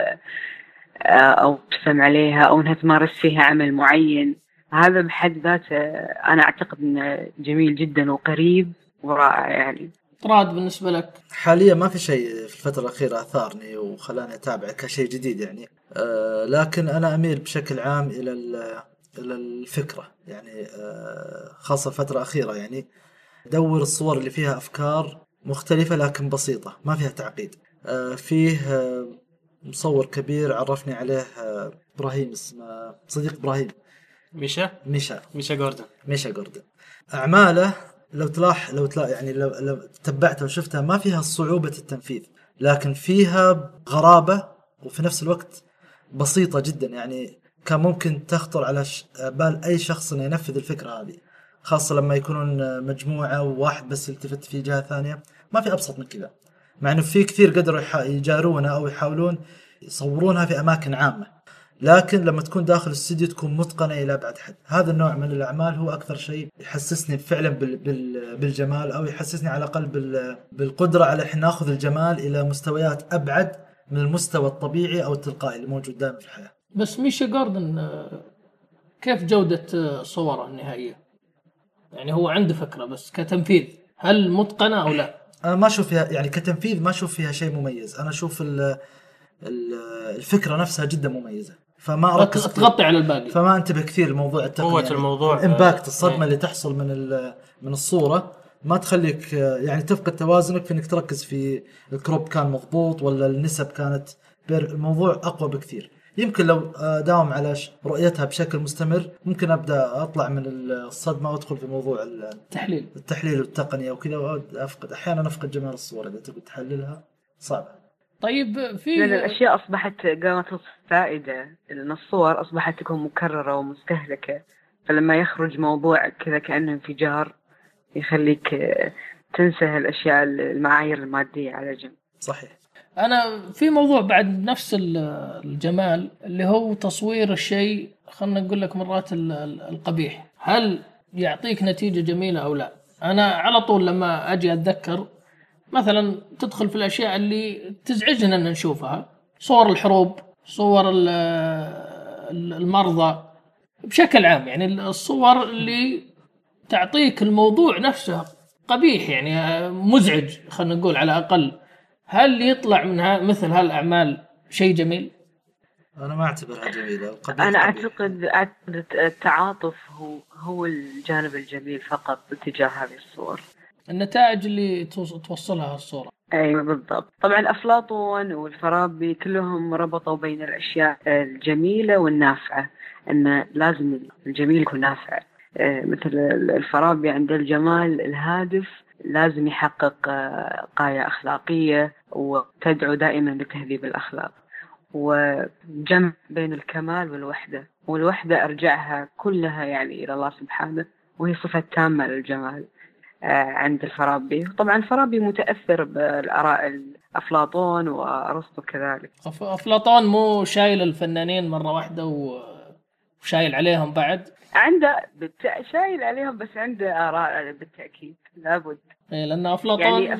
أو ترسم عليها أو أنها تمارس فيها عمل معين. هذا بحد ذاته أنا أعتقد أنه جميل جدا وقريب ورائع. يعني طراد بالنسبة لك؟ حاليا ما في شيء في الفترة الأخيرة أثارني وخلاني أتابع كشيء جديد يعني، لكن أنا أميل بشكل عام إلى الفكرة، يعني خاصة الفترة الأخيرة يعني دور الصور اللي فيها أفكار مختلفة لكن بسيطة ما فيها تعقيد. فيه مصور كبير عرفني عليه إبراهيم، اسمه صديق إبراهيم، ميشا جوردن. أعماله لو تبعتها وشفتها ما فيها صعوبة التنفيذ، لكن فيها غرابة وفي نفس الوقت بسيطة جدا. يعني كان ممكن تخطر على بال أي شخص أن ينفذ الفكرة هذه، خاصة لما يكونون مجموعة وواحد بس يلتفت في جهة ثانية. ما في ابسط من كذا. مع انه في كثير قدروا يجارونا او يحاولون يصورونها في اماكن عامه، لكن لما تكون داخل الاستديو تكون متقنه الى ابعد حد. هذا النوع من الاعمال هو اكثر شيء يحسسني فعلا بالجمال، او يحسسني على الاقل بالقدره على احنا ناخذ الجمال الى مستويات ابعد من المستوى الطبيعي او التلقائي اللي موجود دائما في الحياه. بس ميشا جوردن كيف جودة صوره النهائية؟ يعني هو عنده فكرة، بس كتنفيذ هل متقنة أو لا؟ أنا ما أشوف فيها يعني كتنفيذ ما أشوف فيها شيء مميز. أنا أشوف الفكرة نفسها جدا مميزة، فما أركز تغطي على الباقي، فما انتبه كثير لموضوع التقنية. قوة الموضوع الامباكت، الصدمة اللي تحصل من الصورة ما تخليك يعني تفقد توازنك في انك تركز في الكروب كان مضبوط ولا النسب كانت الموضوع اقوى بكثير. يمكن لو داوم على رؤيتها بشكل مستمر ممكن ابدا اطلع من الصدمة وادخل في موضوع التحليل والتقنية وكذا، احيانا افقد جمال الصورة اذا تبي تحللها صعبة. طيب في لأن الأشياء أصبحت قامت فائدة، لأن الصور أصبحت تكون مكررة ومستهلكة، فلما يخرج موضوع كذا كأنه انفجار يخليك تنسى الأشياء المعايير المادية على جنب. صحيح. أنا في موضوع بعد نفس الجمال اللي هو تصوير الشيء، خلنا نقول لك مرات القبيح، هل يعطيك نتيجة جميلة أو لا؟ أنا على طول لما أجي أتذكر مثلا تدخل في الأشياء اللي تزعجنا أن نشوفها، صور الحروب، صور المرضى بشكل عام، يعني الصور اللي تعطيك الموضوع نفسه قبيح، يعني مزعج خلنا نقول على أقل. هل يطلع منها مثل هالأعمال شيء جميل؟ أنا ما أعتبرها جميلة. أنا أعتقد التعاطف هو الجانب الجميل فقط اتجاه هذه الصور، النتائج اللي توصلها الصورة. أيوة بالضبط. طبعا أفلاطون والفارابي كلهم ربطوا بين الأشياء الجميلة والنافعة، أن لازم الجميل يكون نافع. مثل الفارابي عند الجمال الهادف لازم يحقق غاية أخلاقية وتدعو دائما لتهذيب الأخلاق، وجمع بين الكمال والوحدة أرجعها كلها يعني إلى الله سبحانه، وهي صفة تامة للجمال عند الفارابي. طبعا الفارابي متأثر بالآراء أفلاطون وأرسطو كذلك. أفلاطون مو شايل الفنانين مرة واحدة وشايل عليهم بعد، عنده شايل عليهم، بس عنده آراء بالتأكيد لابد. لأن أفلاطون يعني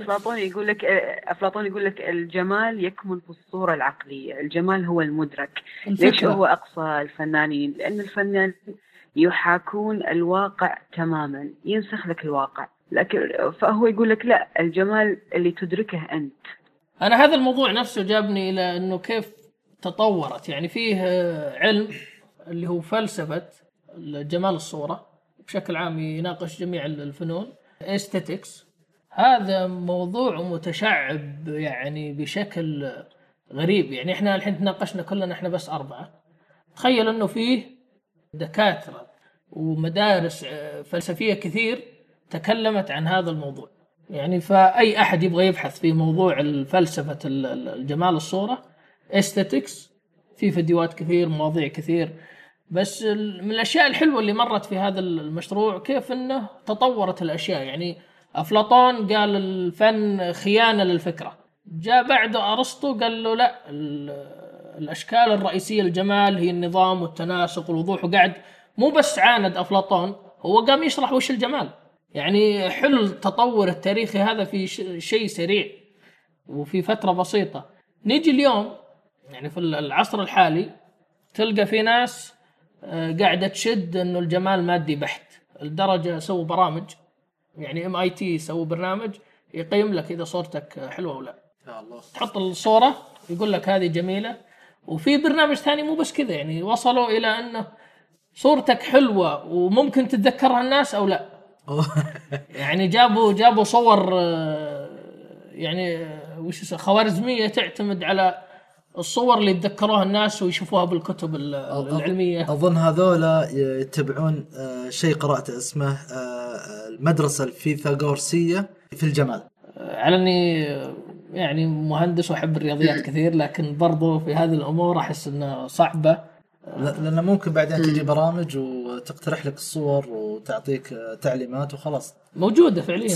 أفلاطون يقول لك الجمال يكمن في الصورة العقلية، الجمال هو المدرك. ليش هو أقصى الفنانين؟ لأن الفنانين يحاكون الواقع تماما، ينسخ لك الواقع، لكن فهو يقول لك لا، الجمال اللي تدركه أنت. أنا هذا الموضوع نفسه جابني إلى أنه كيف تطورت، يعني فيه علم اللي هو فلسفة الجمال الصورة بشكل عام، يناقش جميع الفنون، aesthetics. هذا موضوع متشعب يعني بشكل غريب. يعني إحنا الحين تناقشنا كلنا إحنا بس 4، تخيل أنه فيه دكاترة ومدارس فلسفية كثير تكلمت عن هذا الموضوع. يعني فأي أحد يبغى يبحث في موضوع الفلسفة الجمال الصورة aesthetics، في فيديوهات كثير، مواضيع كثير. بس من الأشياء الحلوة اللي مرت في هذا المشروع كيف أنه تطورت الأشياء. يعني أفلاطون قال الفن خيانة للفكرة، جاء بعده أرسطو قال له لا، الأشكال الرئيسية للجمال هي النظام والتناسق والوضوح، وقعد مو بس عاند أفلاطون، هو قام يشرح وش الجمال. يعني حلو التطور التاريخي هذا في شيء سريع وفي فترة بسيطة. نيجي اليوم يعني في العصر الحالي تلقى في ناس قاعدة تشد أنه الجمال مادي بحت، الدرجة سووا برامج، يعني MIT سووا برنامج يقيم لك إذا صورتك حلوة أو لا. تحط الصورة يقول لك هذه جميلة. وفي برنامج ثاني مو بس كذا، يعني وصلوا إلى أنه صورتك حلوة وممكن تتذكرها الناس أو لا. يعني جابوا صور يعني وش خوارزمية تعتمد على الصور اللي يتذكروها الناس ويشوفوها بالكتب العلمية. أظن هذولا يتبعون شيء قرأت اسمه المدرسة الفيثاغورسية في الجمال. على أني يعني مهندس وأحب الرياضيات كثير، لكن برضو في هذه الأمور أحس أنها صعبة، لأن ممكن بعدين تجي برامج وتقترح لك الصور وتعطيك تعليمات وخلاص. موجوده فعليا.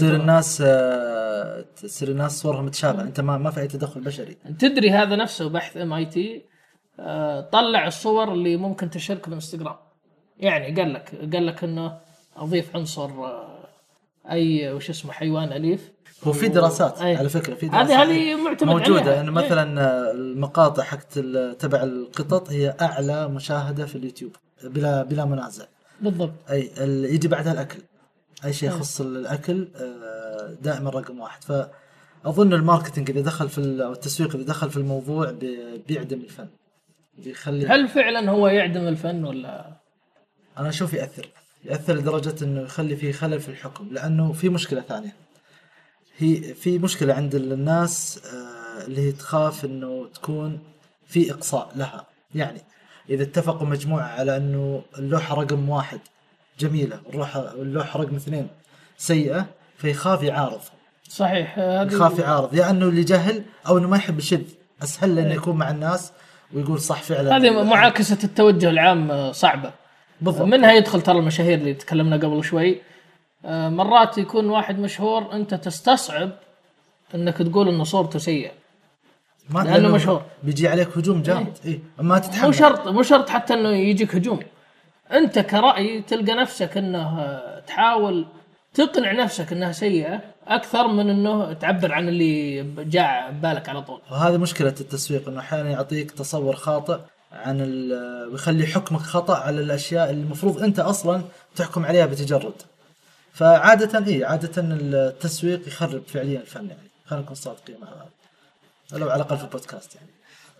تصير الناس صورها متشابهه، انت ما في اي تدخل بشري. تدري هذا نفسه بحث MIT طلع الصور اللي ممكن تشارك بالانستغرام. يعني قال لك انه اضيف عنصر اي وش اسمه حيوان اليف. هو في دراسات على فكره، في دراسات هذه معتمد موجوده انه مثلا المقاطع حقت تبع القطط هي اعلى مشاهده في اليوتيوب بلا منازع. بالضبط. اي يجي بعدها الاكل، اي شيء يخص الاكل دائما رقم واحد. فاظن الماركتينج اذا دخل في التسويق اذا دخل في الموضوع بيعدم الفن، بيخلي. هل فعلا هو يعدم الفن ولا؟ انا اشوف ياثر لدرجه انه يخلي فيه خلل في الحكم، لانه في مشكله ثانيه. هي في مشكله عند الناس اللي هي تخاف انه تكون في اقصاء لها. يعني اذا اتفقوا مجموعه على انه اللوحه رقم 1 جميله واللوحه رقم 2 سيئه، فيخاف يعارض. صحيح. يخاف يعارض يا انه اللي جهل او انه ما يحب الشذ، اسهل له انه يكون مع الناس ويقول صح فعلا. هذه معاكسه التوجه العام صعبه. بالضبط. منها يدخل ترى المشاهير اللي تكلمنا قبل شوي. مرات يكون واحد مشهور انت تستصعب انك تقول انه صورته سيئه لانه مشهور، بيجي عليك هجوم جامد. ما تتحمل. مو شرط حتى انه يجيك هجوم. انت كرأي تلقى نفسك انه تحاول تقنع نفسك انها سيئه اكثر من انه تعبر عن اللي جاء بالك على طول. وهذه مشكله التسويق، انه احيانا يعطيك تصور خاطئ عن ويخلي حكمك خطأ على الاشياء اللي المفروض انت اصلا تحكم عليها بتجرد. فعاده عاده التسويق يخرب فعليا الفن. يعني خلينا نكون صادقين مع بعض، لو على الاقل في البودكاست يعني.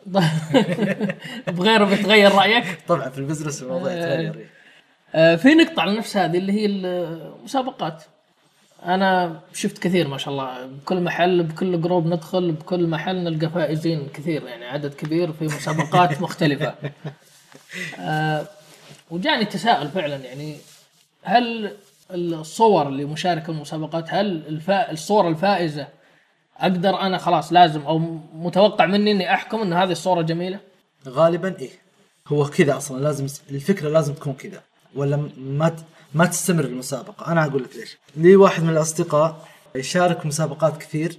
بغيره بتغير رايك. طبعا في البزنس الموضوع يتغير. في نقطه على نفس هذه اللي هي المسابقات. انا شفت كثير ما شاء الله، بكل محل بكل جروب ندخل بكل محل نلقى فائزين كثير، يعني عدد كبير في مسابقات مختلفه. وجاني تساؤل فعلا، يعني هل الصور اللي مشاركه المسابقات، هل الصورة الفائزة أقدر أنا خلاص لازم أو متوقع مني إني أحكم إن هذه الصورة جميلة؟ غالبا هو كذا أصلا، لازم الفكرة لازم تكون كذا، ولا ما تستمر المسابقة. أنا أقول لك ليش. لي واحد من الأصدقاء يشارك مسابقات كثير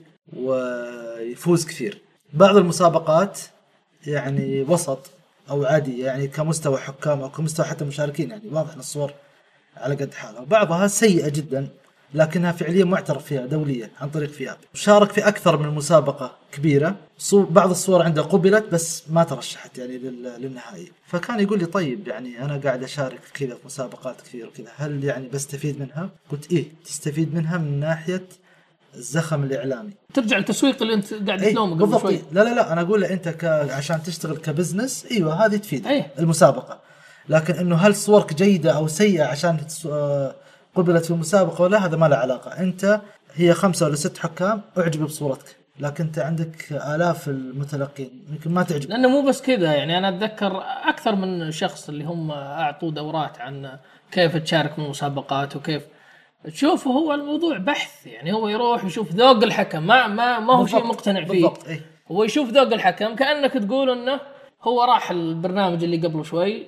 ويفوز كثير. بعض المسابقات يعني وسط أو عادي، يعني كمستوى حكام أو كمستوى حتى مشاركين، يعني واضح أن الصور على قد حالها. وبعضها سيئة جدا لكنها فعليا معترف فيها دوليا عن طريق فياب. شارك في أكثر من مسابقة كبيرة، بعض الصور عنده قبلت بس ما ترشحت يعني للنهائي. فكان يقول لي طيب يعني أنا قاعد أشارك في كذا في مسابقات كثير وكذا، هل يعني بستفيد منها؟ قلت تستفيد منها من ناحية الزخم الإعلامي. ترجع التسويق اللي أنت قاعد تلومه قبل شوي. لا أنا أقول أنت عشان تشتغل كبزنس هذه تفيد المسابقة. لكن إنه هل صورك جيدة أو سيئة عشان قبلت في المسابقة ولا، هذا ما له علاقة. أنت هي 5 ولا 6 حكام أعجبوا بصورتك، لكن أنت عندك آلاف المتلقين يمكن ما تعجب. لأنه مو بس كذا، يعني أنا أتذكر أكثر من شخص اللي هم أعطوا دورات عن كيف تشارك من المسابقات وكيف تشوفه. هو الموضوع بحث، يعني هو يروح يشوف ذوق الحكم، ما هو شيء مقتنع فيه. هو يشوف ذوق الحكم، كأنك تقول إنه هو راح البرنامج اللي قبله شوي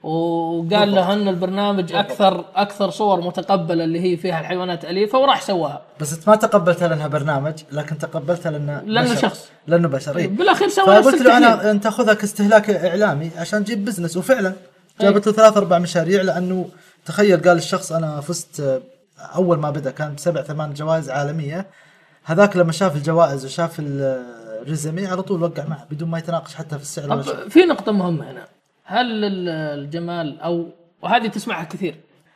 وقال له ان البرنامج اكثر صور متقبله اللي هي فيها الحيوانات اليفه وراح سواها. بس ما تقبلتها لانها برنامج، لكن تقبلتها لانه شخص، لانه بشر. بالاخير سوى. فقلت له انا انت تاخذها كاستهلاك اعلامي عشان تجيب بزنس، وفعلا جابت له 3-4 مشاريع. لانه تخيل قال الشخص انا فزت اول ما بدا كان ب7-8 جوائز عالميه، هذاك لما شاف الجوائز وشاف الريزمي على طول وقع معه بدون ما يتناقش حتى في السعر ولا شيء. في نقطه مهمه هنا، هل الجمال او وهذه تسمعها كثير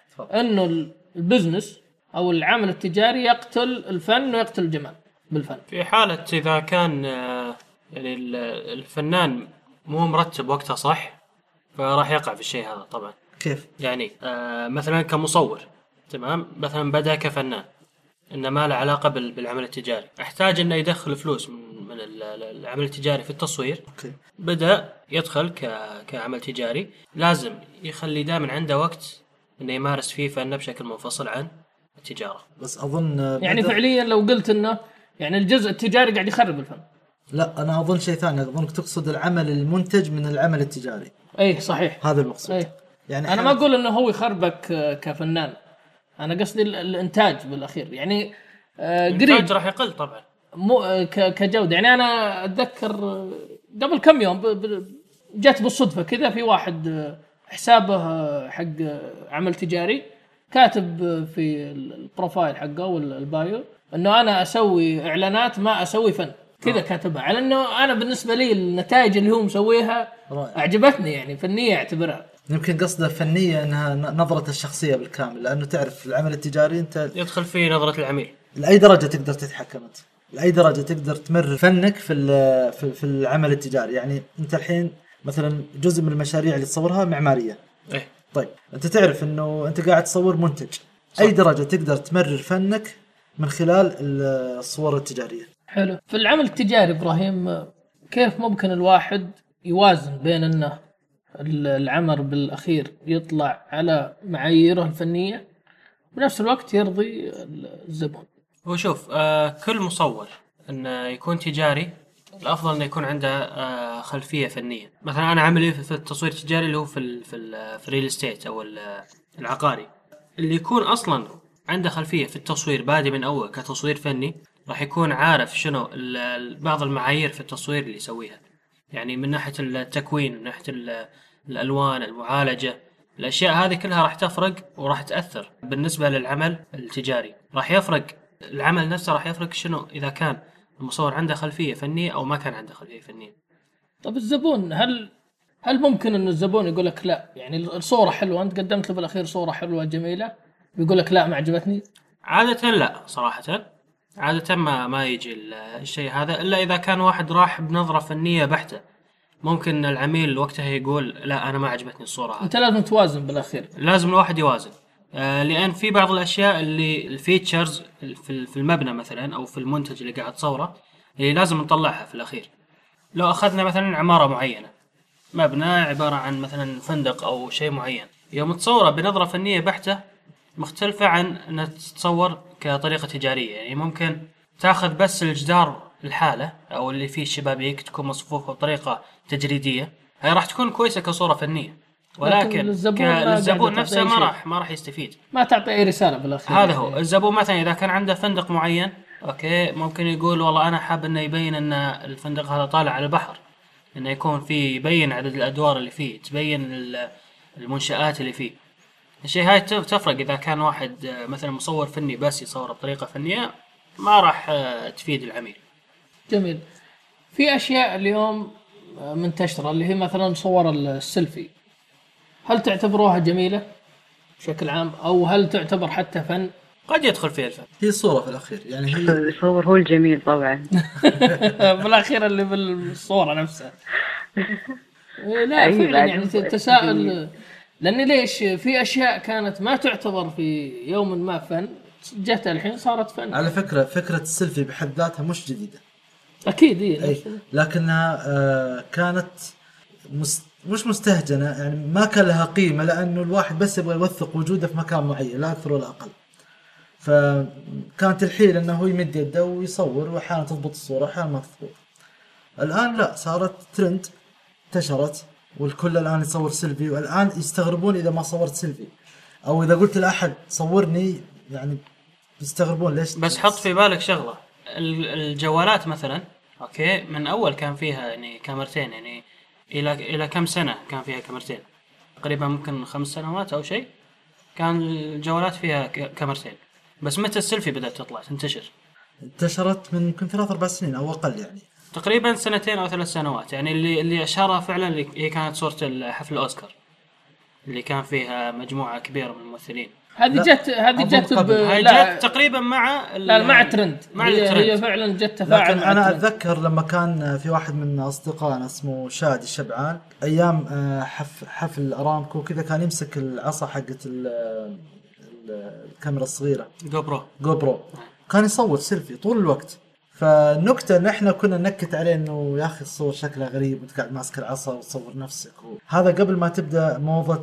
انه البزنس او العمل التجاري يقتل الفن ويقتل الجمال بالفن؟ في حالة اذا كان يعني الفنان مو مرتب وقتها صح، فراح يقع في الشيء هذا طبعا. كيف يعني مثلا كمصور، تمام، مثلا بدا كفنان انه ما له علاقه بالعمل التجاري، احتاج انه يدخل فلوس من العمل التجاري في التصوير. بدا يدخل كعمل تجاري، لازم يخلي دائما عنده وقت انه يمارس فيه فنه بشكل منفصل عن التجاره. بس اظن يعني فعليا لو قلت انه يعني الجزء التجاري قاعد يخرب الفن. لا انا اظن شيء ثاني، اظنك تقصد العمل المنتج من العمل التجاري. صحيح، هذا المقصود. يعني انا ما اقول انه هو يخربك كفنان، انا قصدي الانتاج بالاخير يعني قريب الإنتاج راح يقل طبعا. مو كجوده. يعني انا اتذكر قبل كم يوم جت بالصدفه كذا في واحد حسابه حق عمل تجاري كاتب في البروفايل حقه والبايو انه انا اسوي اعلانات ما اسوي فن كذا. كاتبها على انه انا بالنسبه لي النتائج اللي هو مسويها رائع. اعجبتني يعني فنيه اعتبرها. يمكن قصده فنية انها نظرة الشخصية بالكامل، لانه تعرف العمل التجاري انت يدخل فيه نظرة العميل. لأي درجة تقدر تتحكم انت، لأي درجة تقدر تمرر فنك في العمل التجاري. يعني انت الحين مثلا جزء من المشاريع اللي تصورها معمارية، ايه طيب انت تعرف انه انت قاعد تصور منتج، اي درجة تقدر تمرر فنك من خلال الصور التجارية. حلو. في العمل التجاري ابراهيم كيف ممكن الواحد يوازن بين انه العمل بالاخير يطلع على معاييره الفنيه بنفس الوقت يرضي الزبون؟ هو شوف كل مصور انه يكون تجاري الافضل انه يكون عنده خلفيه فنيه. مثلا انا عملي في التصوير التجاري اللي هو في الريل استيت او العقاري، اللي يكون اصلا عنده خلفيه في التصوير بادئ من اول كتصوير فني راح يكون عارف شنو بعض المعايير في التصوير اللي يسويها. يعني من ناحيه التكوين، من ناحيه الالوان، المعالجه، الاشياء هذه كلها راح تفرق وراح تاثر بالنسبه للعمل التجاري. راح يفرق العمل نفسه، راح يفرق شنو اذا كان المصور عنده خلفيه فنيه او ما كان عنده خلفيه فنيه. طب الزبون هل ممكن ان الزبون يقول لك لا، يعني الصوره حلوه انت قدمت له بالاخير صوره حلوه جميله ويقول لك لا ما عجبتني؟ عاده لا صراحه، عاده ما يجي الشيء هذا الا اذا كان واحد راح بنظره فنيه بحته. ممكن العميل وقتها يقول لا انا ما عجبتني الصوره هذه. انت لازم توازن بالاخير. لازم الواحد يوازن لان في بعض الاشياء اللي الفيتشرز في المبنى مثلا او في المنتج اللي قاعد تصوره اللي لازم نطلعها في الاخير. لو اخذنا مثلا عماره معينه، مبنى عباره عن مثلا فندق او شيء معين، يوم تصوره بنظره فنيه بحته مختلفه عن ان تتصور كطريقه تجاريه. يعني ممكن تاخذ بس الجدار الحاله او اللي فيه الشبابيك تكون مصفوفه بطريقه تجريديه، هي راح تكون كويسه كصوره فنيه، ولكن الزبون نفسه ما راح يستفيد، ما تعطي اي رساله بالاخير. هذا هو الزبون. مثلا اذا كان عنده فندق معين اوكي ممكن يقول والله انا حاب انه يبين ان الفندق هذا طالع على البحر، انه يكون فيه يبين عدد الادوار اللي فيه، تبين المنشآت اللي فيه. الشيء هاي تفرق. اذا كان واحد مثلا مصور فني بس يصور بطريقه فنيه ما راح تفيد العميل. جميل. في اشياء اليوم منتشره اللي هي مثلا صور السيلفي، هل تعتبروها جميله بشكل عام او هل تعتبر حتى فن؟ قد يدخل فيه الفن. هي صورة في الأخير، يعني هي الصور هو الجميل طبعا. بالاخير اللي بالصوره نفسها. لا أيوة فعلا يعني بعد تساؤل، لان ليش في اشياء كانت ما تعتبر في يوم ما فن جت الحين صارت فن. على فكرة السيلفي بحد ذاتها مش جديدة اكيد إيه أي، لكنها كانت مش مستهجنة، يعني ما كان لها قيمة لأنه الواحد بس يبغى يوثق وجوده في مكان معين لا أكثر ولا أقل. فكانت الحيلة أنه هو يمد يده ويصور، وأحيانا تضبط الصورة أحيانا ما تضبط. الآن لا، صارت ترند انتشرت والكل الآن يصور سيلفي، والآن يستغربون إذا ما صورت سيلفي، أو إذا قلت لأحد صورني يعني يستغربون ليش. بس حط في بالك شغلة، الجوالات مثلا اوكي من اول كان فيها يعني كاميرتين، يعني الى كم سنة كان فيها كاميرتين، تقريبا ممكن 5 سنوات او شيء كان الجوالات فيها كاميرتين. بس متى السيلفي بدأت تطلع تنتشر؟ انتشرت من يمكن 3-4 سنين او اقل، يعني تقريبا 2 أو 3 سنوات. يعني اللي اشهرها فعلا اللي هي كانت صورة حفل الاوسكار اللي كان فيها مجموعة كبيرة من الممثلين. هذه جت هاي جت تقريبا مع ترند، هي فعلا جت تفاعل. لكن انا اتذكر لما كان في واحد من اصدقائنا اسمه شادي الشبعان ايام حفل ارامكو كذا، كان يمسك العصا حقت الكاميرا الصغيرة جو برو كان يصور سيلفي طول الوقت. فالنكتة ان احنا كنا نكت عليه انه يا اخي الصور شكلها غريب وانت قاعد ماسك العصا وتصور نفسك، هذا قبل ما تبدأ موضة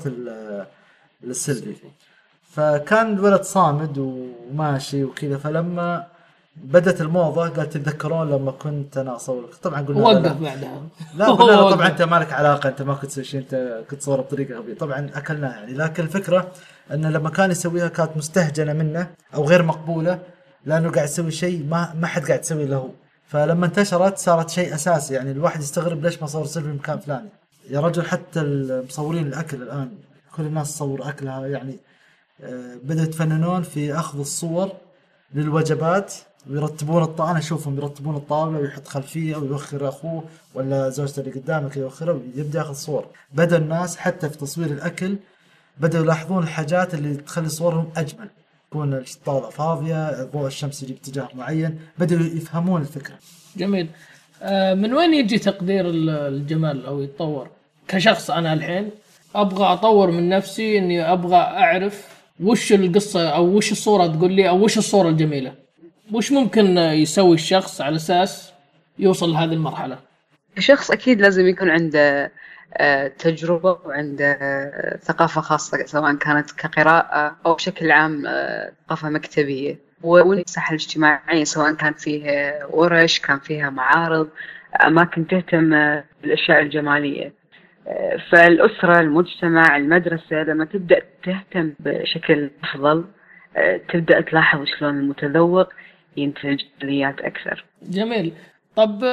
السيلفي. فكان الولد صامد وماشي وكذا، فلما بدت الموضة قال تتذكرون لما كنت أنا أصور؟ طبعا قلنا وقف لا بعدها. لا قلنا لا طبعا أنت ما لك علاقة، أنت ما كنت تسوي شيء، أنت كنت تصور بطريقة غبية. طبعا أكلناها يعني، لكن الفكرة أن لما كان يسويها كانت مستهجنة منه أو غير مقبولة، لأنه قاعد يسوي شيء ما حد قاعد يسوي له. فلما انتشرت صارت شيء أساسي، يعني الواحد يستغرب ليش ما صور سيلفي في مكان فلاني يا رجل. حتى المصورين الأكل الآن كل الناس تصور أكلها يعني. بدأوا يتفننون في أخذ الصور للوجبات ويرتبون الطاولة. أنا أشوفهم يرتبون الطاولة ويحط خلفية ويوخر أخوه ولا زوجته اللي قدامك يوخره ويبدأ يأخذ صور. بدأ الناس حتى في تصوير الأكل بدأوا يلاحظون الحاجات اللي تخلي صورهم أجمل، تكون الطاولة فاضية، ضوء الشمس يجي باتجاه معين، بدأوا يفهمون الفكرة. جميل. من وين يجي تقدير الجمال أو يتطور كشخص؟ أنا الحين أبغى أطور من نفسي، إني أبغى أعرف وش القصة أو وش الصورة تقول لي، أو وش الصورة الجميلة. وش ممكن يسوي الشخص على أساس يوصل لهذه المرحلة؟ الشخص أكيد لازم يكون عنده تجربة وعنده ثقافة خاصة، سواء كانت كقراءة أو بشكل عام ثقافة مكتبية، والساحة الاجتماعية سواء كان فيها ورش، كان فيها معارض، أماكن تهتم بالأشياء الجمالية. فالأسرة، المجتمع، المدرسة لما تبدأ تهتم بشكل أفضل تبدأ تلاحظ شلون المتذوق ينتج جماليات أكثر. جميل. طب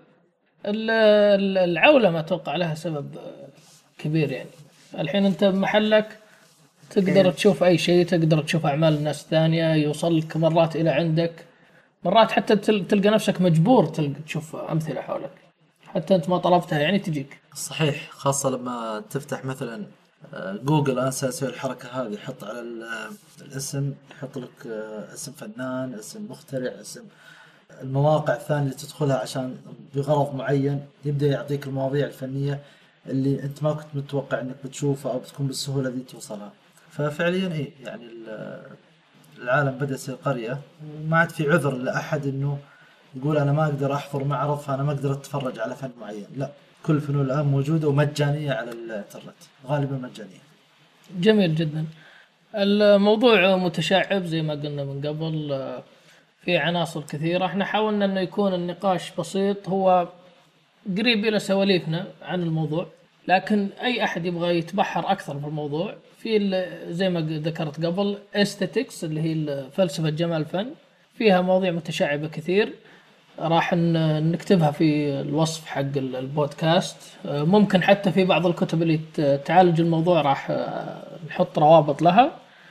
العولمة أتوقع لها سبب كبير يعني. الحين أنت بمحلك تقدر تشوف أي شيء، تقدر تشوف أعمال الناس الثانية، يوصل لك مرات إلى عندك، مرات حتى تلقى نفسك مجبور تشوف أمثلة حولك حتى أنت ما طلبتها يعني تجيك. صحيح، خاصة لما تفتح مثلا جوجل. أنا سأسوي الحركة هذه، يحط على الاسم، يحط لك اسم فنان، اسم مخترع، اسم المواقع الثانية اللي تدخلها عشان بغرض معين، يبدأ يعطيك المواضيع الفنية اللي أنت ما كنت متوقع أنك بتشوفها أو بتكون بالسهولة ذي توصلها. ففعليا إيه يعني العالم بدأ يصير قرية، وما عاد في عذر لأحد إنه يقول أنا ما أقدر أحضر معرض فأنا ما أقدر أتفرج على فن معين. لا، كل فنون الآن موجودة ومجانية على الإنترنت، غالبا مجانية. جميل جدا. الموضوع متشعب زي ما قلنا من قبل، في عناصر كثيرة. احنا حاولنا انه يكون النقاش بسيط، هو قريب الى سواليفنا عن الموضوع، لكن اي احد يبغى يتبحر اكثر في الموضوع في زي ما ذكرت قبل استاتيكس اللي هي فلسفة جمال الفن، فيها مواضيع متشعبة كثير، راح نكتبها في الوصف حق البودكاست. ممكن حتى في بعض الكتب اللي تعالج الموضوع راح نحط روابط لها.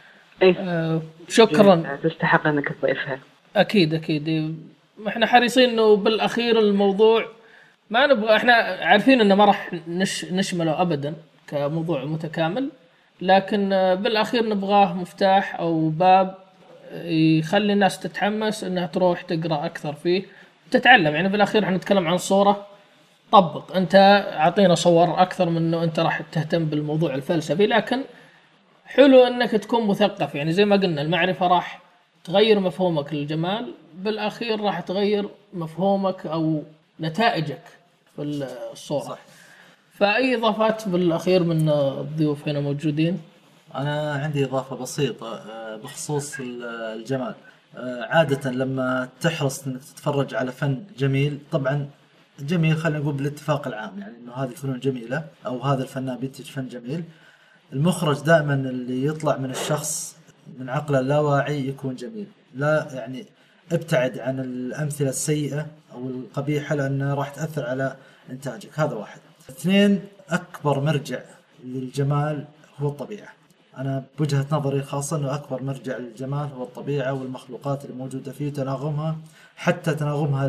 شكرا، تستحق انك تضيفها. اكيد اكيد. احنا حريصين انه بالاخير الموضوع ما نبغى، احنا عارفين انه ما راح نشمله ابدا كموضوع متكامل، لكن بالاخير نبغاه مفتاح او باب يخلي الناس تتحمس انها تروح تقرا اكثر فيه تتعلم. يعني بالاخير احنا نتكلم عن صورة، طبق انت اعطينا صور اكثر من انه انت راح تهتم بالموضوع الفلسفي، لكن حلو انك تكون مثقف. يعني زي ما قلنا المعرفة راح تغير مفهومك للجمال، بالاخير راح تغير مفهومك او نتائجك في الصورة. صح. فاي اضافات بالاخير من الضيوف هنا موجودين؟ انا عندي اضافة بسيطة بخصوص الجمال. عادة لما تحرص انك تتفرج على فن جميل، طبعا جميل خلينا نقول بالاتفاق العام، يعني انه هذه الفنون جميلة او هذا الفنان بينتج فن جميل، المخرج دائما اللي يطلع من الشخص من عقله اللاواعي يكون جميل. لا يعني ابتعد عن الامثلة السيئة او القبيحة لانها راح تأثر على انتاجك. هذا واحد. اثنين، اكبر مرجع للجمال هو الطبيعة. أنا بوجهة نظري خاصة أنه أكبر مرجع للجمال هو الطبيعة والمخلوقات اللي موجودة فيه، تناغمها، حتى تناغمها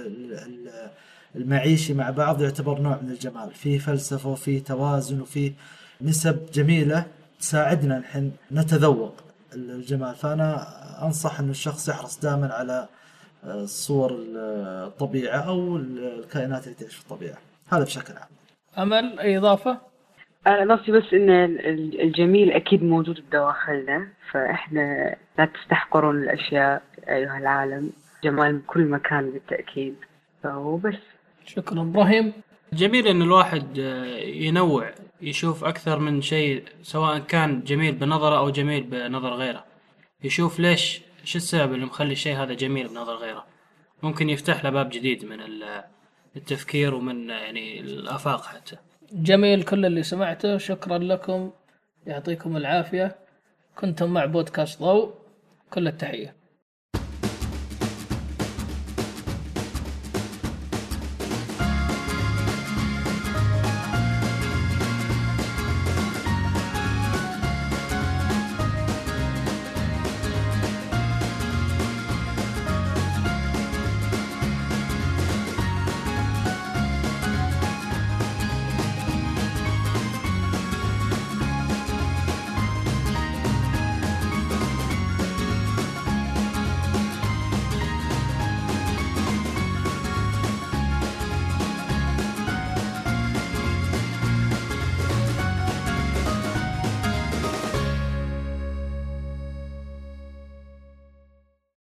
المعيشي مع بعض يعتبر نوع من الجمال. فيه فلسفة وفيه توازن وفيه نسب جميلة تساعدنا نحن نتذوق الجمال. فأنا أنصح أن الشخص يحرص دائما على صور الطبيعة أو الكائنات اللي تعيش في الطبيعة. هذا بشكل عام. أمل أي إضافة؟ أنا نصي بس إن الجميل أكيد موجود بدواخلنا، فإحنا لا تستحقرون الأشياء أيها العالم، جمال بكل مكان بالتأكيد. فبس. شكرا. إبراهيم؟ جميل إن الواحد ينوع، يشوف أكثر من شيء، سواء كان جميل بنظرة أو جميل بنظر غيره، يشوف ليش ايش السبب اللي مخلي الشيء هذا جميل بنظر غيره؟ ممكن يفتح له باب جديد من التفكير ومن يعني الآفاق حتى. جميل كل اللي سمعته، شكرا لكم، يعطيكم العافية. كنتم مع بودكاست ضوء، كل التحية.